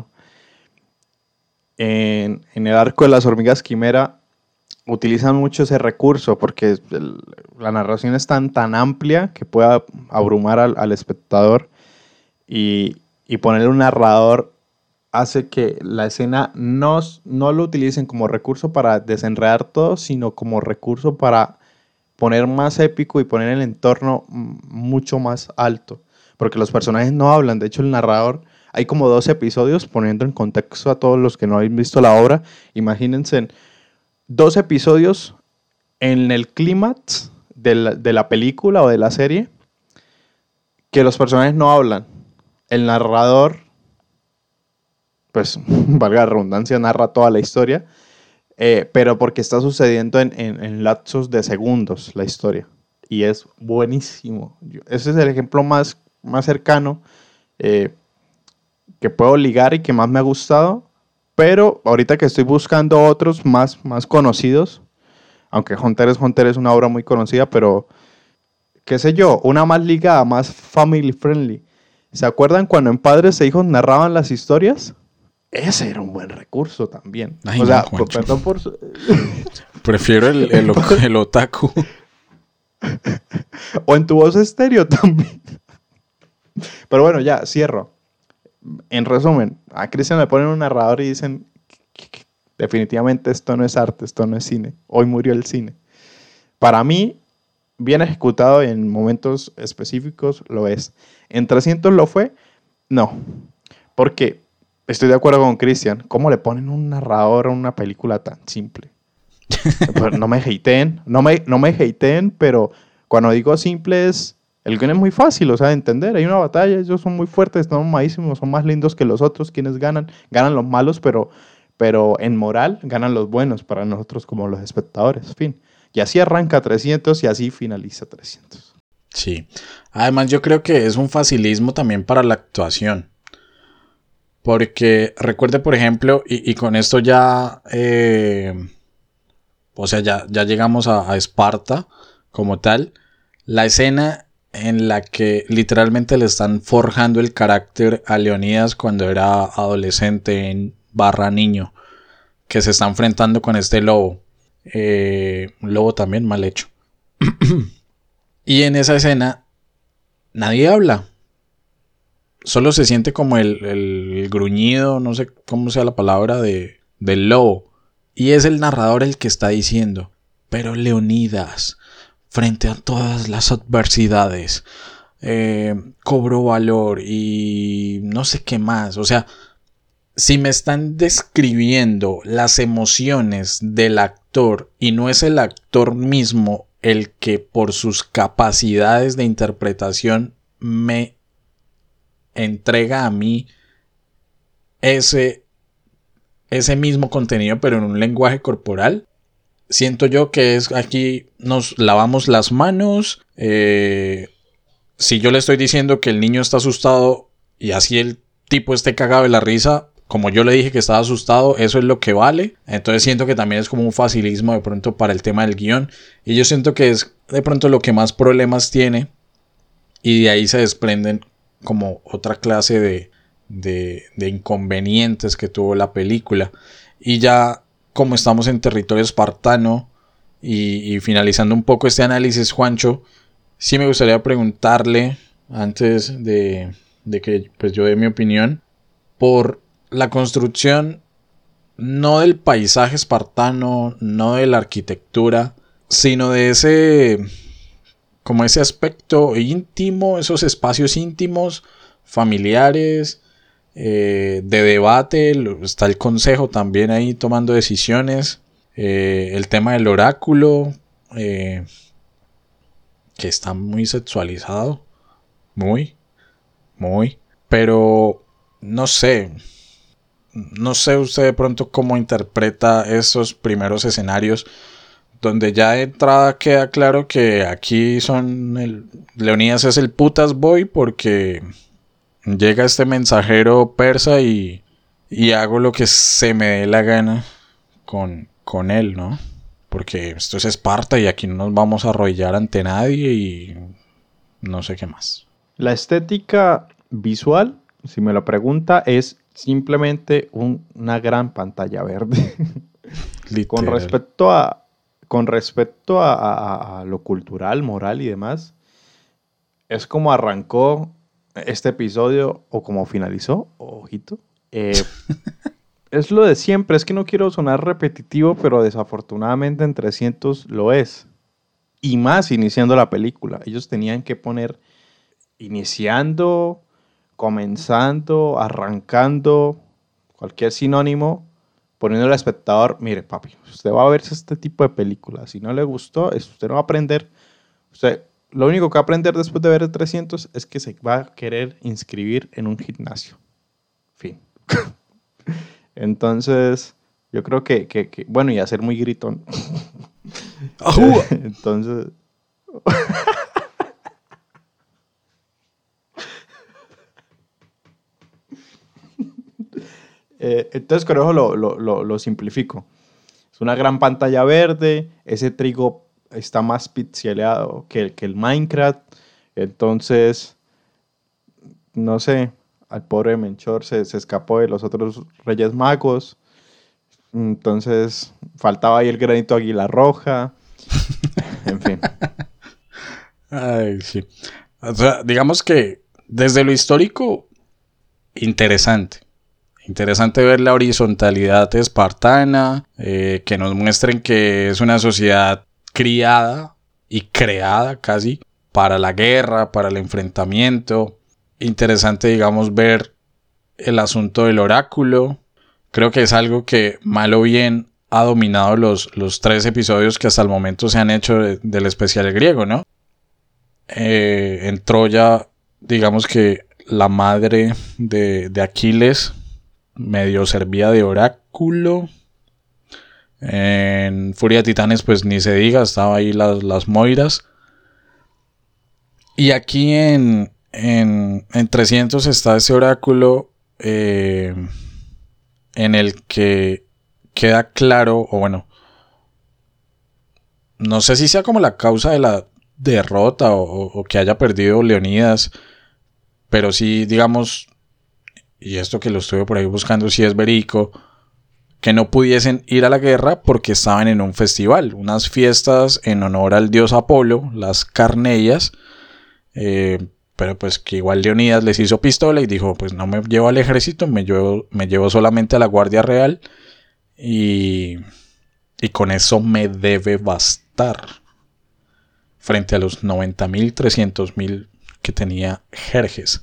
En el arco de las hormigas quimera utilizan mucho ese recurso porque la narración es tan amplia que puede abrumar al espectador, y ponerle un narrador hace que la escena no lo utilicen como recurso para desenredar todo, sino como recurso para poner más épico y poner el entorno mucho más alto, porque los personajes no hablan. De hecho, el narrador, hay como 2 episodios, poniendo en contexto a todos los que no habéis visto la obra, imagínense 2 episodios en el clímax de la película o de la serie, que los personajes no hablan. El narrador, pues, valga la redundancia, narra toda la historia, pero porque está sucediendo en lapsos de segundos la historia. Y es buenísimo. Ese es el ejemplo más cercano que puedo ligar y que más me ha gustado Pero ahorita que estoy buscando otros más conocidos, aunque Hunter x Hunter es una obra muy conocida, pero qué sé yo, una más ligada, más family friendly. ¿Se acuerdan cuando en Padres e Hijos narraban las historias? Ese era un buen recurso también. Ay, o no, sea, Juancho. perdón por... Prefiero el otaku. O en Tu Voz Estéreo también. Pero bueno, ya, cierro. En resumen, a Cristian le ponen un narrador y dicen, definitivamente esto no es arte, esto no es cine. Hoy murió el cine. Para mí, bien ejecutado en momentos específicos, lo es. ¿En 300 lo fue? No. Porque estoy de acuerdo con Cristian. ¿Cómo le ponen un narrador a una película tan simple? Pues no me hateen, no me hateen, pero cuando digo simple es... El guion es muy fácil, o sea, de entender. Hay una batalla, ellos son muy fuertes, son mamadísimos, son más lindos que los otros. ¿Quiénes ganan? Ganan los malos, pero en moral ganan los buenos para nosotros como los espectadores. Fin. Y así arranca 300 y así finaliza 300. Sí. Además, yo creo que es un facilismo también para la actuación. Porque recuerde, por ejemplo, y con esto ya... o sea, ya llegamos a Esparta como tal. La escena en la que literalmente le están forjando el carácter a Leonidas cuando era adolescente / niño, que se está enfrentando con este lobo. Un lobo también mal hecho. Y en esa escena nadie habla. Solo se siente como el gruñido, no sé cómo sea la palabra, del lobo. Y es el narrador el que está diciendo: pero Leonidas, frente a todas las adversidades, cobró valor y no sé qué más. O sea, si me están describiendo las emociones del actor y no es el actor mismo el que por sus capacidades de interpretación me entrega a mí ese mismo contenido, pero en un lenguaje corporal, siento yo que es aquí nos lavamos las manos. Si yo le estoy diciendo que el niño está asustado y así el tipo esté cagado de la risa, como yo le dije que estaba asustado, eso es lo que vale. Entonces siento que también es como un facilismo de pronto para el tema del guión. Y yo siento que es de pronto lo que más problemas tiene. Y de ahí se desprenden como otra clase de inconvenientes que tuvo la película. Y ya como estamos en territorio espartano y finalizando un poco este análisis, Juancho, sí me gustaría preguntarle, antes de que pues, yo dé mi opinión, por la construcción no del paisaje espartano, no de la arquitectura, sino de ese aspecto íntimo, esos espacios íntimos, familiares, de debate. Está el consejo también ahí tomando decisiones, el tema del oráculo, que está muy sexualizado, muy, pero no sé usted de pronto cómo interpreta esos primeros escenarios donde ya de entrada queda claro que aquí Leonidas es el putas boy porque llega este mensajero persa y hago lo que se me dé la gana con él, ¿no? Porque esto es Esparta y aquí no nos vamos a arrodillar ante nadie y no sé qué más. La estética visual, si me lo pregunta, es simplemente una gran pantalla verde. Con respecto a lo cultural, moral y demás, es como arrancó este episodio o como finalizó, ojito. Es lo de siempre, es que no quiero sonar repetitivo, pero desafortunadamente en 300 lo es. Y más iniciando la película. Ellos tenían que poner iniciando, comenzando, arrancando, cualquier sinónimo, poniéndole al espectador: mire, papi, usted va a ver este tipo de películas. Si no le gustó, usted no va a aprender. Usted, lo único que va a aprender después de ver el 300 es que se va a querer inscribir en un gimnasio. Fin. Entonces, yo creo que bueno, y hacer muy gritón. Entonces... Entonces con eso lo simplifico. Es una gran pantalla verde, ese trigo está más pixeleado que el Minecraft, entonces, no sé, al pobre Menchor se escapó de los otros Reyes Magos, entonces faltaba ahí el granito Águila Roja, en fin. Ay, sí. O sea, digamos que desde lo histórico, interesante. Interesante ver la horizontalidad espartana, que nos muestren que es una sociedad criada y creada casi para la guerra, para el enfrentamiento. Interesante, digamos, ver el asunto del oráculo. Creo que es algo que, mal o bien, ha dominado los 3 episodios que hasta el momento se han hecho del especial griego, ¿no? En Troya, digamos que la madre de Aquiles medio servía de oráculo. En Furia de Titanes, pues ni se diga, estaba ahí las Moiras. Y aquí en 300 está ese oráculo en el que queda claro, o bueno, no sé si sea como la causa de la derrota o que haya perdido Leonidas, pero sí, digamos, y esto que lo estuve por ahí buscando, sí es verídico, que no pudiesen ir a la guerra porque estaban en un festival, unas fiestas en honor al dios Apolo, las Carneias, pero pues que igual Leonidas les hizo pistola y dijo, pues no me llevo al ejército, me llevo solamente a la Guardia Real y con eso me debe bastar frente a los 90.000, 300.000 que tenía Jerjes.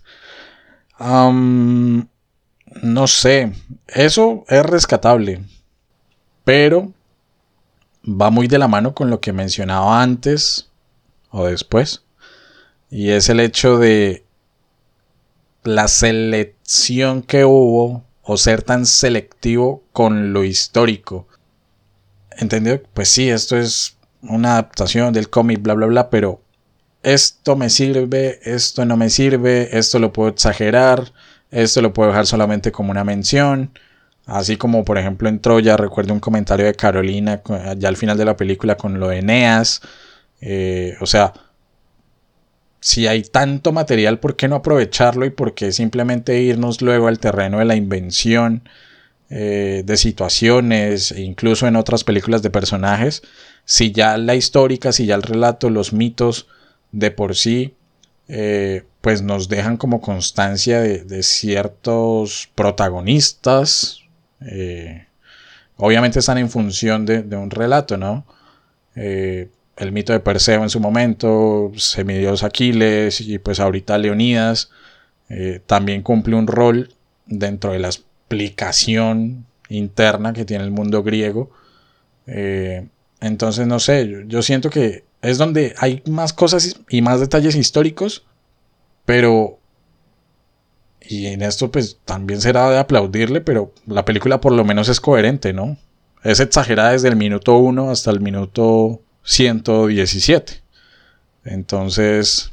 No sé, eso es rescatable, pero va muy de la mano con lo que mencionaba antes o después, y es el hecho de la selección que hubo o ser tan selectivo con lo histórico. ¿Entendido? Pues sí, esto es una adaptación del cómic, bla, bla, bla, pero esto me sirve, esto no me sirve, esto lo puedo exagerar, esto lo puedo dejar solamente como una mención. Así como, por ejemplo, en Troya, recuerdo un comentario de Carolina ya al final de la película con lo de Eneas. O sea, si hay tanto material, ¿por qué no aprovecharlo? Y por qué simplemente irnos luego al terreno de la invención de situaciones, e incluso en otras películas de personajes. Si ya la histórica, si ya el relato, los mitos de por sí, pues nos dejan como constancia de ciertos protagonistas. Obviamente están en función de un relato, ¿no? El mito de Perseo en su momento, semidios Aquiles y pues ahorita Leonidas, también cumple un rol dentro de la explicación interna que tiene el mundo griego. Entonces no sé, yo siento que es donde hay más cosas y más detalles históricos, pero, y en esto pues también será de aplaudirle, pero la película por lo menos es coherente, ¿no? Es exagerada desde el minuto 1 hasta el minuto 117. Entonces,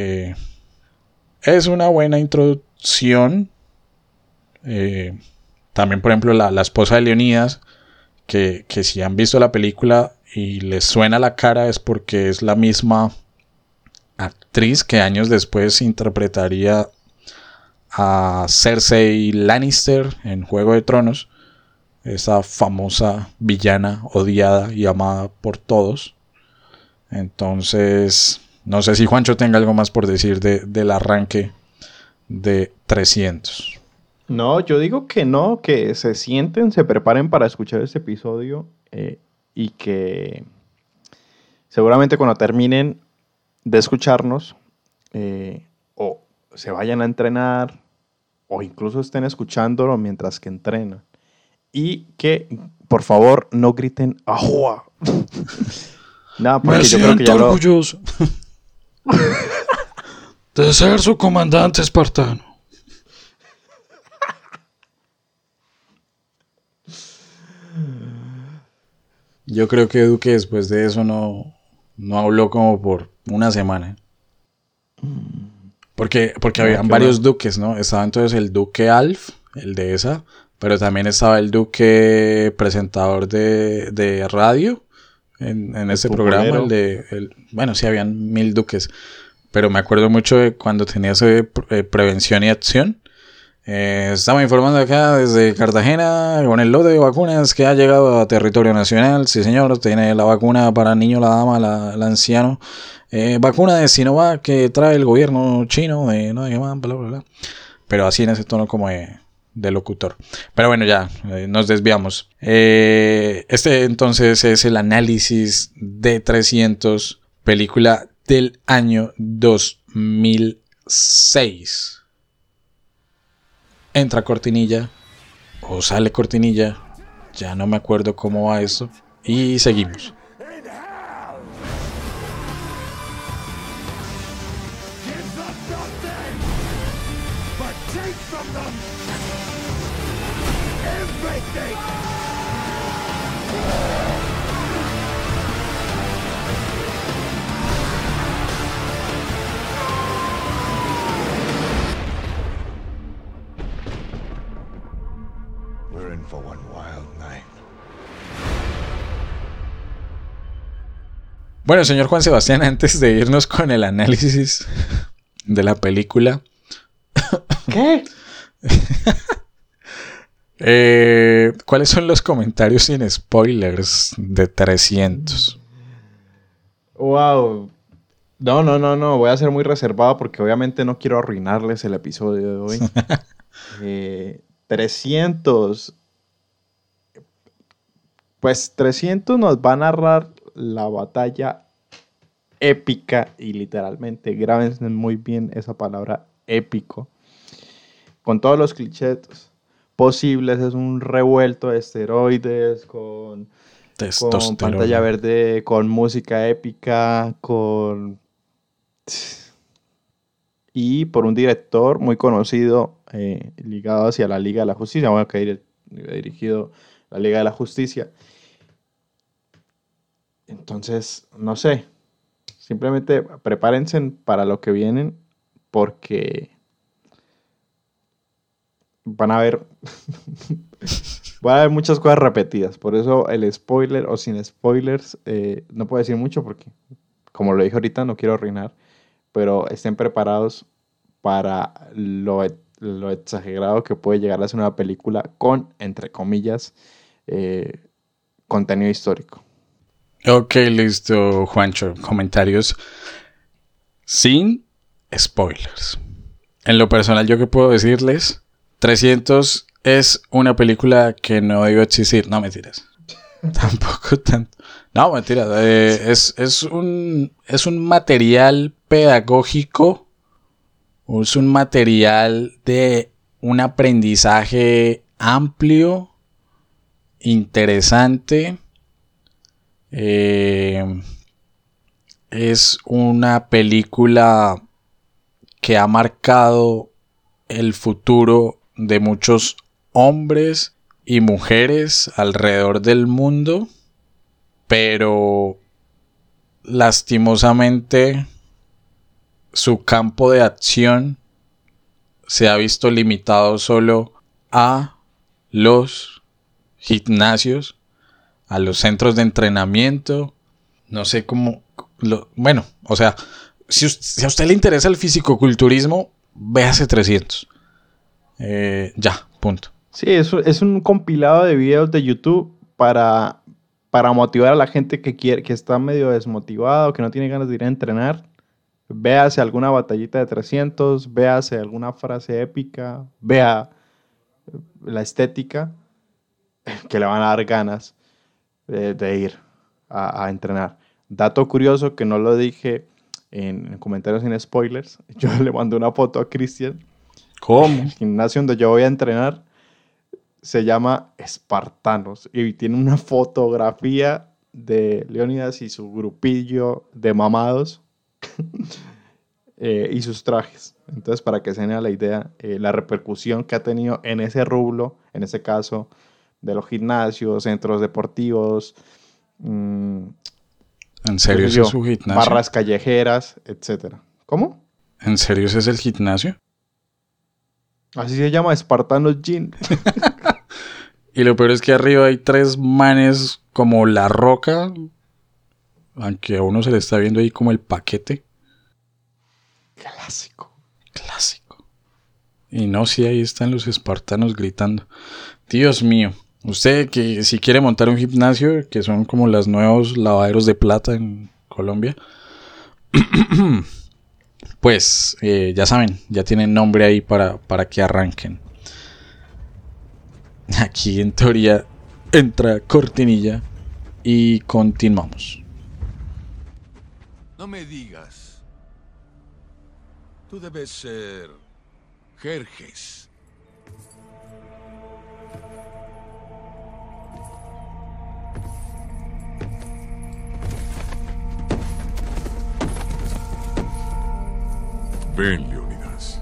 es una buena introducción. También, por ejemplo, la esposa de Leonidas, que si han visto la película y les suena la cara es porque es la misma actriz que años después interpretaría a Cersei Lannister en Juego de Tronos, esa famosa villana odiada y amada por todos. Entonces, no sé si Juancho tenga algo más por decir del arranque de 300. No, yo digo que no, que se sienten, se preparen para escuchar este episodio y que seguramente cuando terminen de escucharnos o se vayan a entrenar o incluso estén escuchándolo mientras que entrenan y que por favor no griten ¡ajua! Nada, porque me yo siento creo que ya orgulloso de ser su comandante espartano. Yo creo que Duque después de eso no habló como por una semana. Porque habían varios duques, ¿no? Estaba entonces el duque Alf, el de esa pero también estaba el Duque presentador de radio en ese programa, bueno, sí, habían 1000 duques, pero me acuerdo mucho de cuando tenía ese prevención y acción. Estamos informando acá desde Cartagena con el lote de vacunas que ha llegado a territorio nacional. Sí, señor, tiene la vacuna para niño, la dama, el anciano. Vacuna de Sinovac que trae el gobierno chino, no sé qué más, bla, bla, bla. Pero así en ese tono como de locutor. Pero bueno, ya, nos desviamos. Este entonces es el análisis de 300, película del año 2006. Entra cortinilla o sale cortinilla, ya no me acuerdo cómo va eso, y seguimos. Bueno, señor Juan Sebastián, antes de irnos con el análisis de la película. ¿Qué? ¿Cuáles son los comentarios sin spoilers de 300? Wow. No. Voy a ser muy reservado porque obviamente no quiero arruinarles el episodio de hoy. 300. Pues 300 nos va a narrar la batalla épica y literalmente, grábense muy bien esa palabra, épico. Con todos los clichés posibles, es un revuelto de esteroides, con pantalla verde, con música épica, y por un director muy conocido, ligado hacia la Liga de la Justicia, bueno, que ha dirigido la Liga de la Justicia. Entonces, no sé, simplemente prepárense para lo que vienen porque van a ver muchas cosas repetidas. Por eso el spoiler o sin spoilers, no puedo decir mucho porque, como lo dije ahorita, no quiero arruinar, pero estén preparados para lo exagerado que puede llegar a ser una película con, entre comillas, contenido histórico. Ok, listo, Juancho. Comentarios sin spoilers. En lo personal, ¿yo qué puedo decirles? 300 es una película que no debió existir. No, mentiras. Tampoco tanto. No, mentiras. Es un material pedagógico. Es un material de un aprendizaje amplio, interesante. Es una película que ha marcado el futuro de muchos hombres y mujeres alrededor del mundo, pero lastimosamente su campo de acción se ha visto limitado solo a los gimnasios, a los centros de entrenamiento. No sé cómo... Bueno, o sea, si a usted le interesa el fisicoculturismo, véase 300. Ya, punto. Sí, es un compilado de videos de YouTube para motivar a la gente que está medio desmotivado, que no tiene ganas de ir a entrenar. Véase alguna batallita de 300, véase alguna frase épica, vea la estética, que le van a dar ganas de ir a entrenar. Dato curioso que no lo dije en comentarios sin spoilers. Yo le mandé una foto a Cristian. ¿Cómo? El gimnasio donde yo voy a entrenar se llama Espartanos y tiene una fotografía de Leónidas y su grupillo de mamados y sus trajes. Entonces, para que se den la idea, la repercusión que ha tenido en ese rublo, en ese caso, de los gimnasios, centros deportivos, ¿en serio ese es su gimnasio? Barras callejeras, etc. ¿Cómo? ¿En serio ese es el gimnasio? Así se llama, Espartanos Gym. Y lo peor es que arriba hay 3 manes como La Roca. Aunque a uno se le está viendo ahí como el paquete. Clásico. Y no, sí, ahí están los espartanos gritando. Dios mío. Usted que si quiere montar un gimnasio, que son como los nuevos lavaderos de plata en Colombia, pues ya saben, ya tienen nombre ahí para que arranquen. Aquí en teoría entra cortinilla y continuamos. No me digas. Tú debes ser Jerjes. Ven, Leónidas.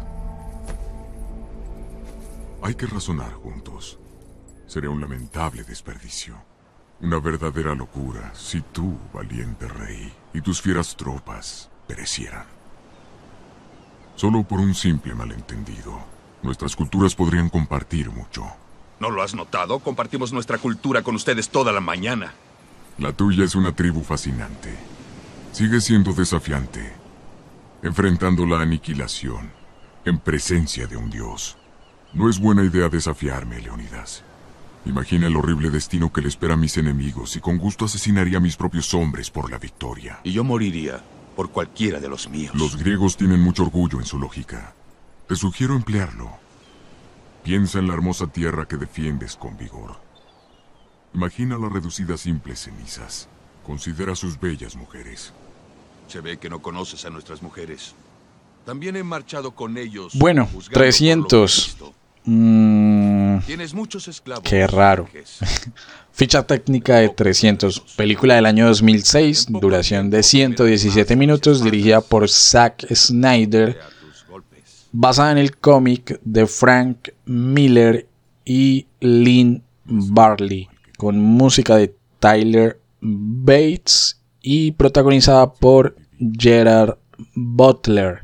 Hay que razonar juntos. Sería un lamentable desperdicio. Una verdadera locura si tú, valiente rey, y tus fieras tropas perecieran. Solo por un simple malentendido. Nuestras culturas podrían compartir mucho. ¿No lo has notado? Compartimos nuestra cultura con ustedes toda la mañana. La tuya es una tribu fascinante. Sigue siendo desafiante, enfrentando la aniquilación en presencia de un dios. No es buena idea desafiarme, Leónidas. Imagina el horrible destino que le espera a mis enemigos y con gusto asesinaría a mis propios hombres por la victoria. Y yo moriría por cualquiera de los míos. Los griegos tienen mucho orgullo en su lógica. Te sugiero emplearlo. Piensa en la hermosa tierra que defiendes con vigor. Imagina la reducida a simples cenizas. Considera sus bellas mujeres. Se ve que no conoces a nuestras mujeres. También he marchado con ellos. Bueno, juzgando por lo que he 300. visto. Tienes muchos esclavos. Qué raro. Ficha técnica de 300. Película del año 2006. Duración de 117 minutos. Dirigida por Zack Snyder. Basada en el cómic de Frank Miller y Lynn Barley. Con música de Tyler Bates. Y protagonizada por Gerard Butler.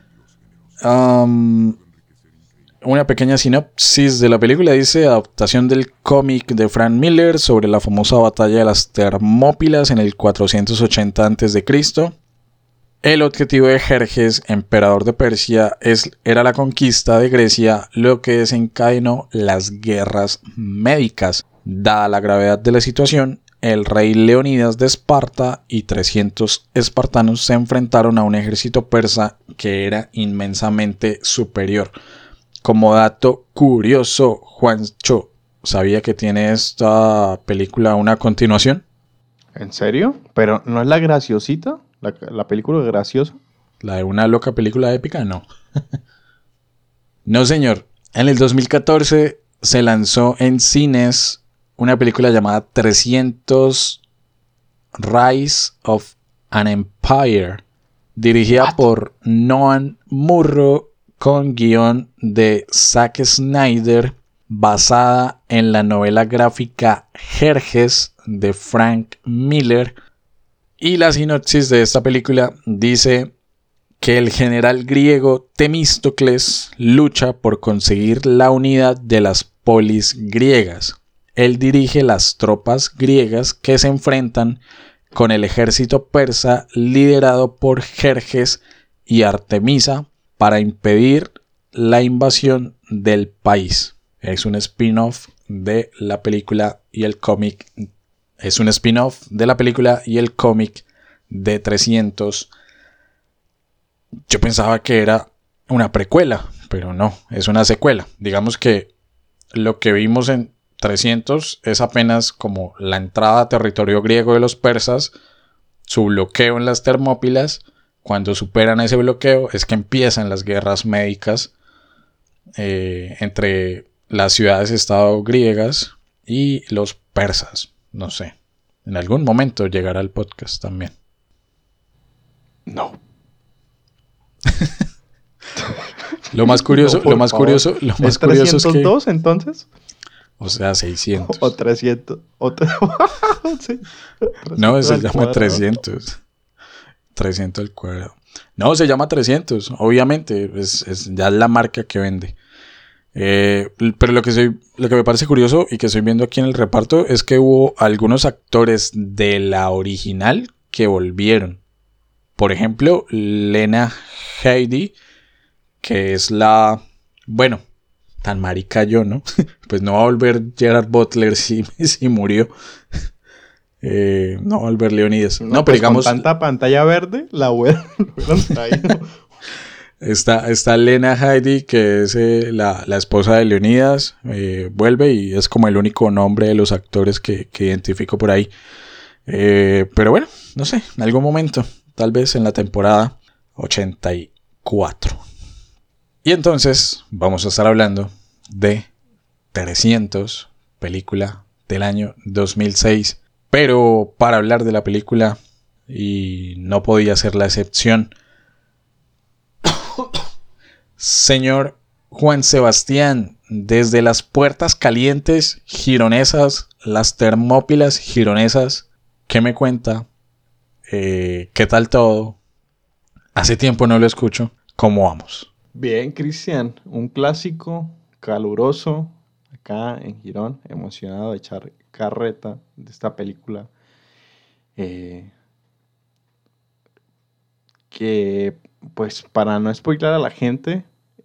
Una pequeña sinopsis de la película dice: adaptación del cómic de Frank Miller sobre la famosa batalla de las Termópilas en el 480 a.C. El objetivo de Jerjes, emperador de Persia, era la conquista de Grecia, lo que desencadenó las guerras médicas. Dada la gravedad de la situación, el rey Leónidas de Esparta y 300 espartanos se enfrentaron a un ejército persa que era inmensamente superior. Como dato curioso, Juancho, ¿sabía que tiene esta película una continuación? ¿En serio? ¿Pero no es la graciosita? ¿La película graciosa? ¿La de una loca película épica? No. No, señor. En el 2014 se lanzó en cines una película llamada 300 Rise of an Empire, dirigida por Noah Murrow, con guión de Zack Snyder, basada en la novela gráfica Jerjes de Frank Miller. Y la sinopsis de esta película dice que el general griego Temístocles lucha por conseguir la unidad de las polis griegas. Él dirige las tropas griegas que se enfrentan con el ejército persa liderado por Jerjes y Artemisa para impedir la invasión del país. Es un spin-off de la película y el cómic. Es un spin-off de la película y el cómic de 300. Yo pensaba que era una precuela, pero no, es una secuela. Digamos que lo que vimos en 300 es apenas como la entrada a territorio griego de los persas, su bloqueo en las Termópilas. Cuando superan ese bloqueo es que empiezan las guerras médicas entre las ciudades-estado griegas y los persas. No sé, en algún momento llegará el podcast también. No. Lo más curioso, No, lo más favor. curioso es que... ¿Es 302 entonces? O sea, 600. ¿O 300? Sí. No, se al llama cuadrado. 300. 300 al cuadrado. No, se llama 300. Obviamente, es ya la marca que vende. Pero lo que me parece curioso y que estoy viendo aquí en el reparto es que hubo algunos actores de la original que volvieron. Por ejemplo, Lena Headey, que es la... Bueno, tan marica yo, ¿no? Pues no va a volver Gerard Butler si murió. No va a volver Leonidas. No, pero pues digamos... Con tanta pantalla verde, la hubieran traído. Está Lena Headey, que es la esposa de Leonidas. Vuelve y es como el único nombre de los actores que identifico por ahí. Pero bueno, no sé, en algún momento, tal vez en la temporada 84. Y entonces vamos a estar hablando de 300, película del año 2006. Pero para hablar de la película, y no podía ser la excepción, señor Juan Sebastián, desde las puertas calientes gironesas, las Termópilas gironesas, ¿qué me cuenta? ¿Qué tal todo? Hace tiempo no lo escucho. ¿Cómo vamos? Bien, Cristian, un clásico caluroso acá en Girón, emocionado de echar carreta de esta película. Que, pues, para no spoiler a la gente,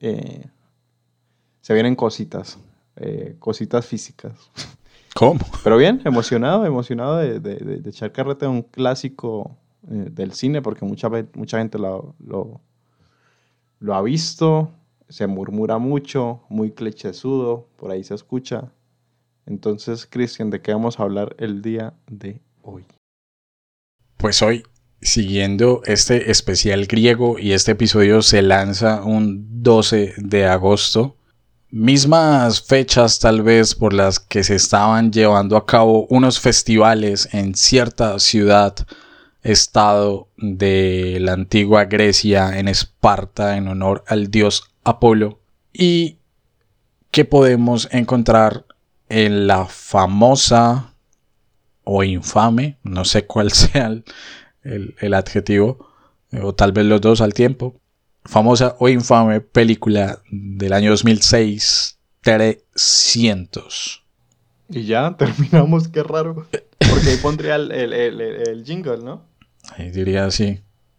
se vienen cositas físicas. ¿Cómo? Pero bien, emocionado de echar carreta de un clásico del cine, porque mucha gente lo ha visto, se murmura mucho, muy clichésudo, por ahí se escucha. Entonces, Cristian, ¿de qué vamos a hablar el día de hoy? Pues hoy, siguiendo este especial griego, y este episodio se lanza un 12 de agosto, mismas fechas tal vez por las que se estaban llevando a cabo unos festivales en cierta ciudad, estado de la antigua Grecia, en Esparta, en honor al dios Apolo, y que podemos encontrar en la famosa o infame, no sé cuál sea el adjetivo, o tal vez los dos al tiempo, famosa o infame película del año 2006, 300. Y ya terminamos, qué raro. Porque ahí pondría el jingle, ¿no? Ahí diría así.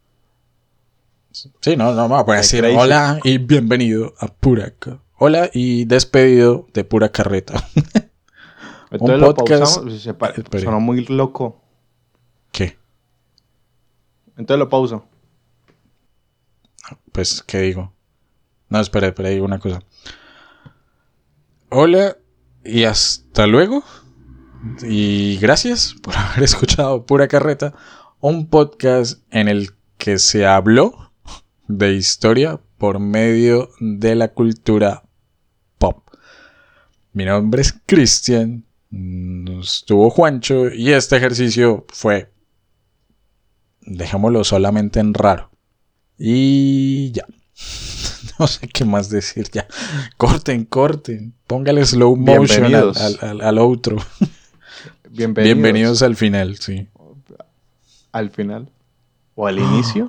Sí, no, voy a decir crazy. Hola y bienvenido a Hola y despedido de Pura Carreta. Entonces Un lo podcast... pausamos. Sonó muy loco. ¿Qué? Entonces lo pauso. Pues, ¿qué digo? No, espera, digo una cosa. Hola y hasta luego. Y gracias por haber escuchado Pura Carreta, un podcast en el que se habló de historia por medio de la cultura pop. Mi nombre es Cristian, estuvo Juancho y este ejercicio fue, dejémoslo solamente en raro. Y ya. No sé qué más decir ya. Corten. Póngale slow motion al outro. Bienvenidos al final, sí. ¿Al final? ¿O al inicio?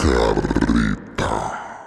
Arriba.